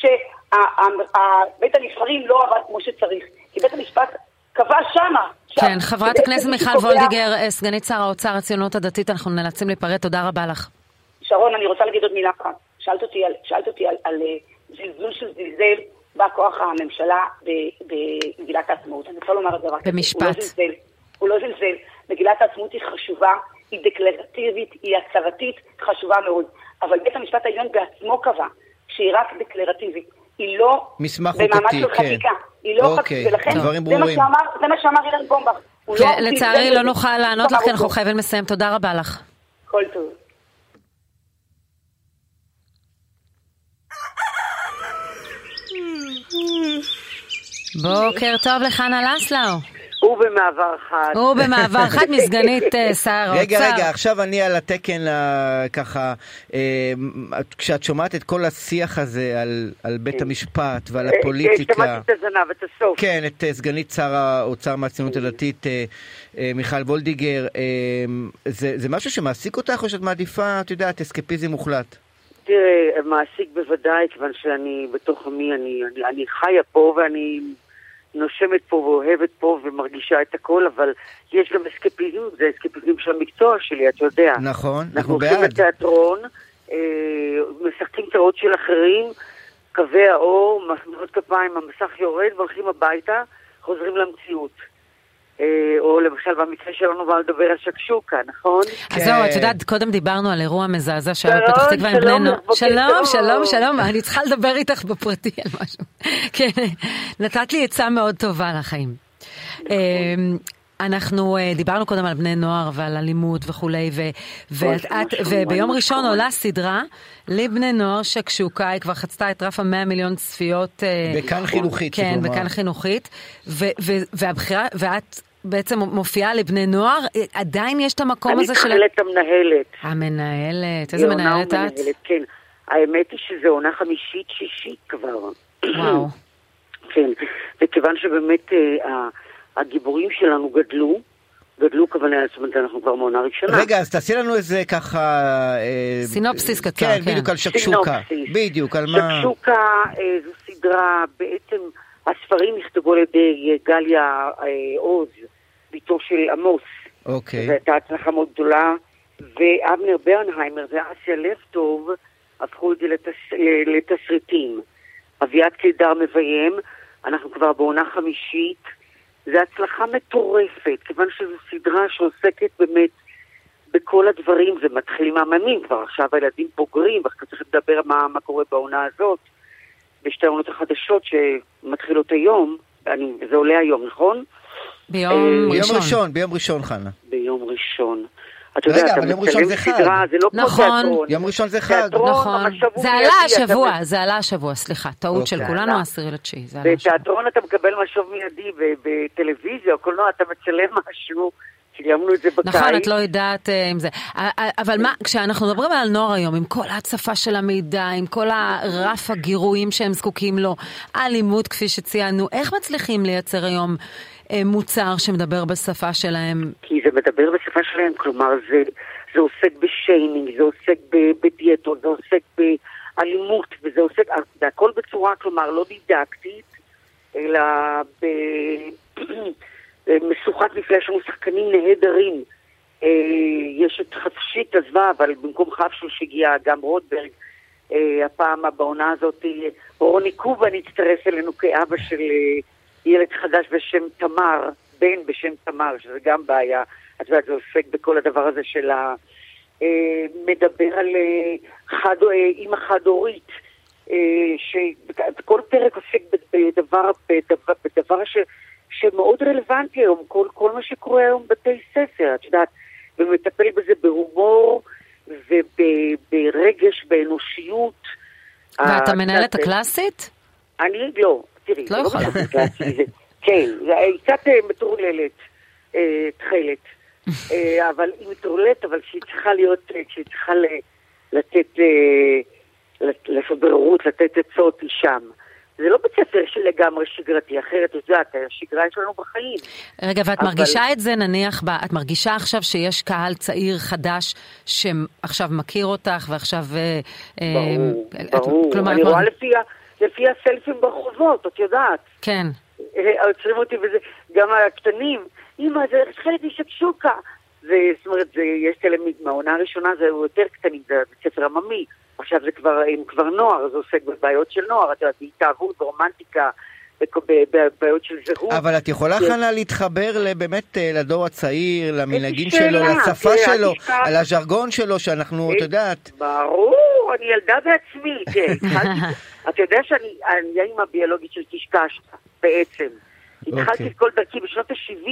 שבית הנבחרים לא עבד כמו שצריך, כי בית המשפט קבע שמה. כן, חברת הכנסת מיכל וולדיגר, סגנית שר האוצר, הציונות הדתית, אנחנו נאלצים להיפרד, תודה רבה לך. שרון, אני רוצה להגיד עוד מילה כאן. שאלת אותי על זלזול של זלזל בא כוח הממשלה במגילת העצמאות. אני רוצה לומר את זה רק. במשפט. הוא לא זלזל. מגילת העצמאות היא חשובה, היא דקלרטיבית, היא הצהרתית, חשובה מאוד. אבל בית המשפט העליון בעצמו קבע שהיא רק דקלרטיבית. היא לא במעמד של חקיקה. היא לא חקיקה, ולכן זה מה שאמר אילן בומבך. לצערי לא נוכל לענות לך, כי אנחנו חייבים לסיים. תודה רבה לך. כל טוב. בוקר טוב לחנה לסלאו. הוא במעבר חד מסגנית שר האוצר. רגע, עכשיו אני על התקן ככה, כשאת שומעת את כל השיח הזה על בית המשפט ועל הפוליטיקה. שמעתי את הזנב, את הסוף. כן, את סגנית שר האוצר מהציונות הדתית, מיכל וולדיגר. זה משהו שמעסיק אותך או שאת מעדיפה, את יודעת, אסקפיזם מוחלט? תראה, מעסיק בוודאי, כיוון שאני בתוך עמי, אני חיה פה ואני נושמת פה ואוהבת פה ומרגישה את הכל, אבל יש גם אסקפיזם, זה אסקפיזם של המקצוע שלי, אתה יודע. נכון, אנחנו הולכים לתיאטרון, משחקים תיאטרון של אחרים, קווי האור, מחמירות כפיים, המסך יורד, והולכים הביתה, חוזרים למציאות. או למשל במקרה שלנו בא לדבר על שקשוקה, נכון? אז זהו, את יודעת, קודם דיברנו על אירוע מזעזע שהיה בפתח תקווה עם בני נוער. שלום, אני צריכה לדבר איתך בפרטי על משהו. כן, נתת לי עצה מאוד טובה לחיים. אנחנו דיברנו קודם על בני נוער ועל אלימות וכולי, וביום ראשון עולה סדרה לבני נוער שקשוקה, היא כבר חצתה את רף 100 מיליון צפיות. בכאן חינוכית. כן, בכאן חינוכית. והבחירה, ואת בעצם מופיעה לבני נוער, עדיין יש את המקום הזה של... אני התחלת המנהלת. המנהלת, איזה מנהלת את? כן, האמת היא שזה עונה חמישית, שישית כבר. וואו. כן, וכיוון שבאמת הגיבורים שלנו גדלו כוונה, זאת אומרת, אנחנו כבר מעונה ראשונה. רגע, אז תעשי לנו איזה ככה... סינופסיס קצר, כן. בדיוק על שקשוקה. בדיוק, על מה... שקשוקה זו סדרה, בעצם הספרים נכתבו על ידי גליה עוז, ביתו של עמוס. אוקיי. זו הייתה הצלחה מאוד גדולה, ואבנר ברנהיימר ואסיה לבטוב הפכו את זה לתסריטים. אביעד קידר מביים, אנחנו כבר בעונה חמישית, זו הצלחה מטורפת, כיוון שזו סדרה שעוסקת באמת בכל הדברים, זה מתחיל עם המאמנים, כבר עכשיו הילדים בוגרים, ואחר כך לדבר מה קורה בעונה הזאת, בשתי העונות החדשות שמתחילות היום, זה עולה היום, נכון? ביום ראשון, חנה. ביום ראשון. רגע, אבל יום ראשון זה חג. זה לא כמו תיאטרון. יום ראשון זה חג. נכון. זה עלה השבוע, סליחה. טעות של כולנו, 10/9. בתיאטרון אתה מקבל משוב מיידי, בטלוויזיה או קולנוע אתה מצלם משהו, צילמנו את זה בקיץ. נכון, את לא יודעת עם זה. אבל מה, כשאנחנו מדברים על נוער היום, עם כל ההצפה של המידע, עם כל הרף הגירויים שהם זקוקים לו, האלימות כפי שציינו, איך מצליחים לייצר היום מוצר שמדבר בשפה שלהם? כי זה מדבר בשפה שלהם, כלומר זה עוסק בשיימינג, זה עוסק בדיאטות, זה עוסק באלימות, וזה עוסק, הכל בצורה, כלומר, לא דידקטית, אלא משוחק לפני יש לנו שחקנים נהדרים. יש את חפשית עזבה, אבל במקום חפשו שהגיע גם רוטברג, הפעם בעונה הזאת, רוני קובה נצטרף אלינו כאבא של ילד חדש בשם תמר, בן בשם תמר, שזה גם בעיה. את יודעת, זה עוסק בכל הדבר הזה של מדבר על אימא חד-הורית, שכל פרק עוסק בדבר שמאוד רלוונטי היום, כל מה שקורה היום בבתי ספר, את יודעת, ומטפל בזה בהומור וברגש, באנושיות. ואתה מנהלת הקלאסית? אני לא. תראי, לא יכולה. כן, היא קצת מטורללת, תחילת, אבל היא מטורללת, אבל כשהיא צריכה לתת, לעשות בררות, לתת עצות, היא שם. זה לא בית ספר שלגמרי שגרתי, אחרת את יודעת, השגרה יש לנו בחיים. רגע, ואת מרגישה את זה נניח, את מרגישה עכשיו שיש קהל צעיר חדש שעכשיו מכיר אותך ועכשיו... ברור, אני רואה לפי הסלפים ברחובות, את יודעת. כן. עוצרים אותי וזה, גם הקטנים, אמא, זה חלק משקשוקה. זאת אומרת, יש תלמיד מהעונה הראשונה, זה יותר קטנים, זה בית ספר עממי. עכשיו הם כבר נוער, זה עוסק בבעיות של נוער, אתה יודע, בהתאהבות, ברומנטיקה, בבעיות של זהות. אבל את יכולה חנה להתחבר באמת לדור הצעיר, למנהגים שלו, לשפה שלו, על הז'רגון שלו, שאנחנו, את יודעת. ברור, אני ילדה בעצמי, כן. אתה יודע שאני האמא הביולוגית של קשקשת, בעצם. התחלתי את כל דרכי בשנות ה-70,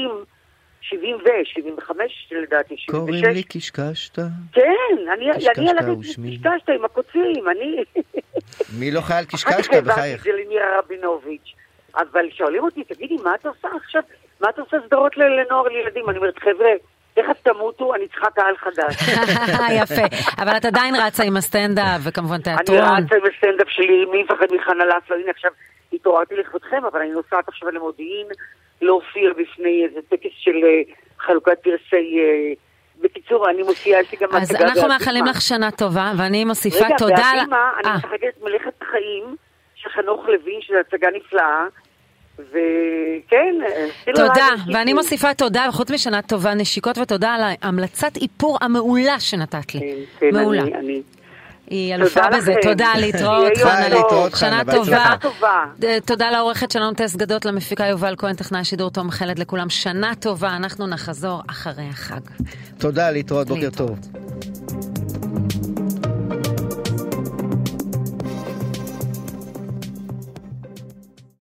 75 לדעתי, 76. קוראים לי קשקשת? כן, אני ילדת קשקשת עם הקוצים, אני... מי לא חייל קשקשת בחייך? הבאתי את זה למירה רבינוביץ', אבל שואלים אותי, תגידי, מה אתה עושה עכשיו? מה אתה עושה סדרות לנוער לילדים? אני אומרת, חבר'ה, תכף תמותו, אני צריכה קהל חדש. יפה, אבל את עדיין רצה עם הסטנדאפ וכמובן תיאטרון. אני רצה עם הסטנדאפ שלי, מי מפחד מחנה לסלו, הנה עכשיו התעוררתי לכבודכם, אבל אני נוסעת עכשיו למודיעין, להופיע בפני איזה טקס של חלוקת פרסי... בקיצור, אני מופיעה, יש לי גם... אז אנחנו מאחלים לך שנה טובה, ואני מוסיפה תודה... רגע, בהבימה, אני משחקת את מלאכת החיים של חנוך לוין, שזו הצגה נפלאה, וכן... תודה, ואני מוסיפה תודה, וחוץ משנה טובה, נשיקות, ותודה על המלצת איפור המעולה שנתת לי. מעולה. היא אלופה בזה, תודה, להתראות, שנה טובה. תודה לעורכת שלנו טס גדות, למפיקה יובל כהן, טכנאי שידור תום חלד, לכולם שנה טובה, אנחנו נחזור אחרי החג. תודה, להתראות, בוקר טוב.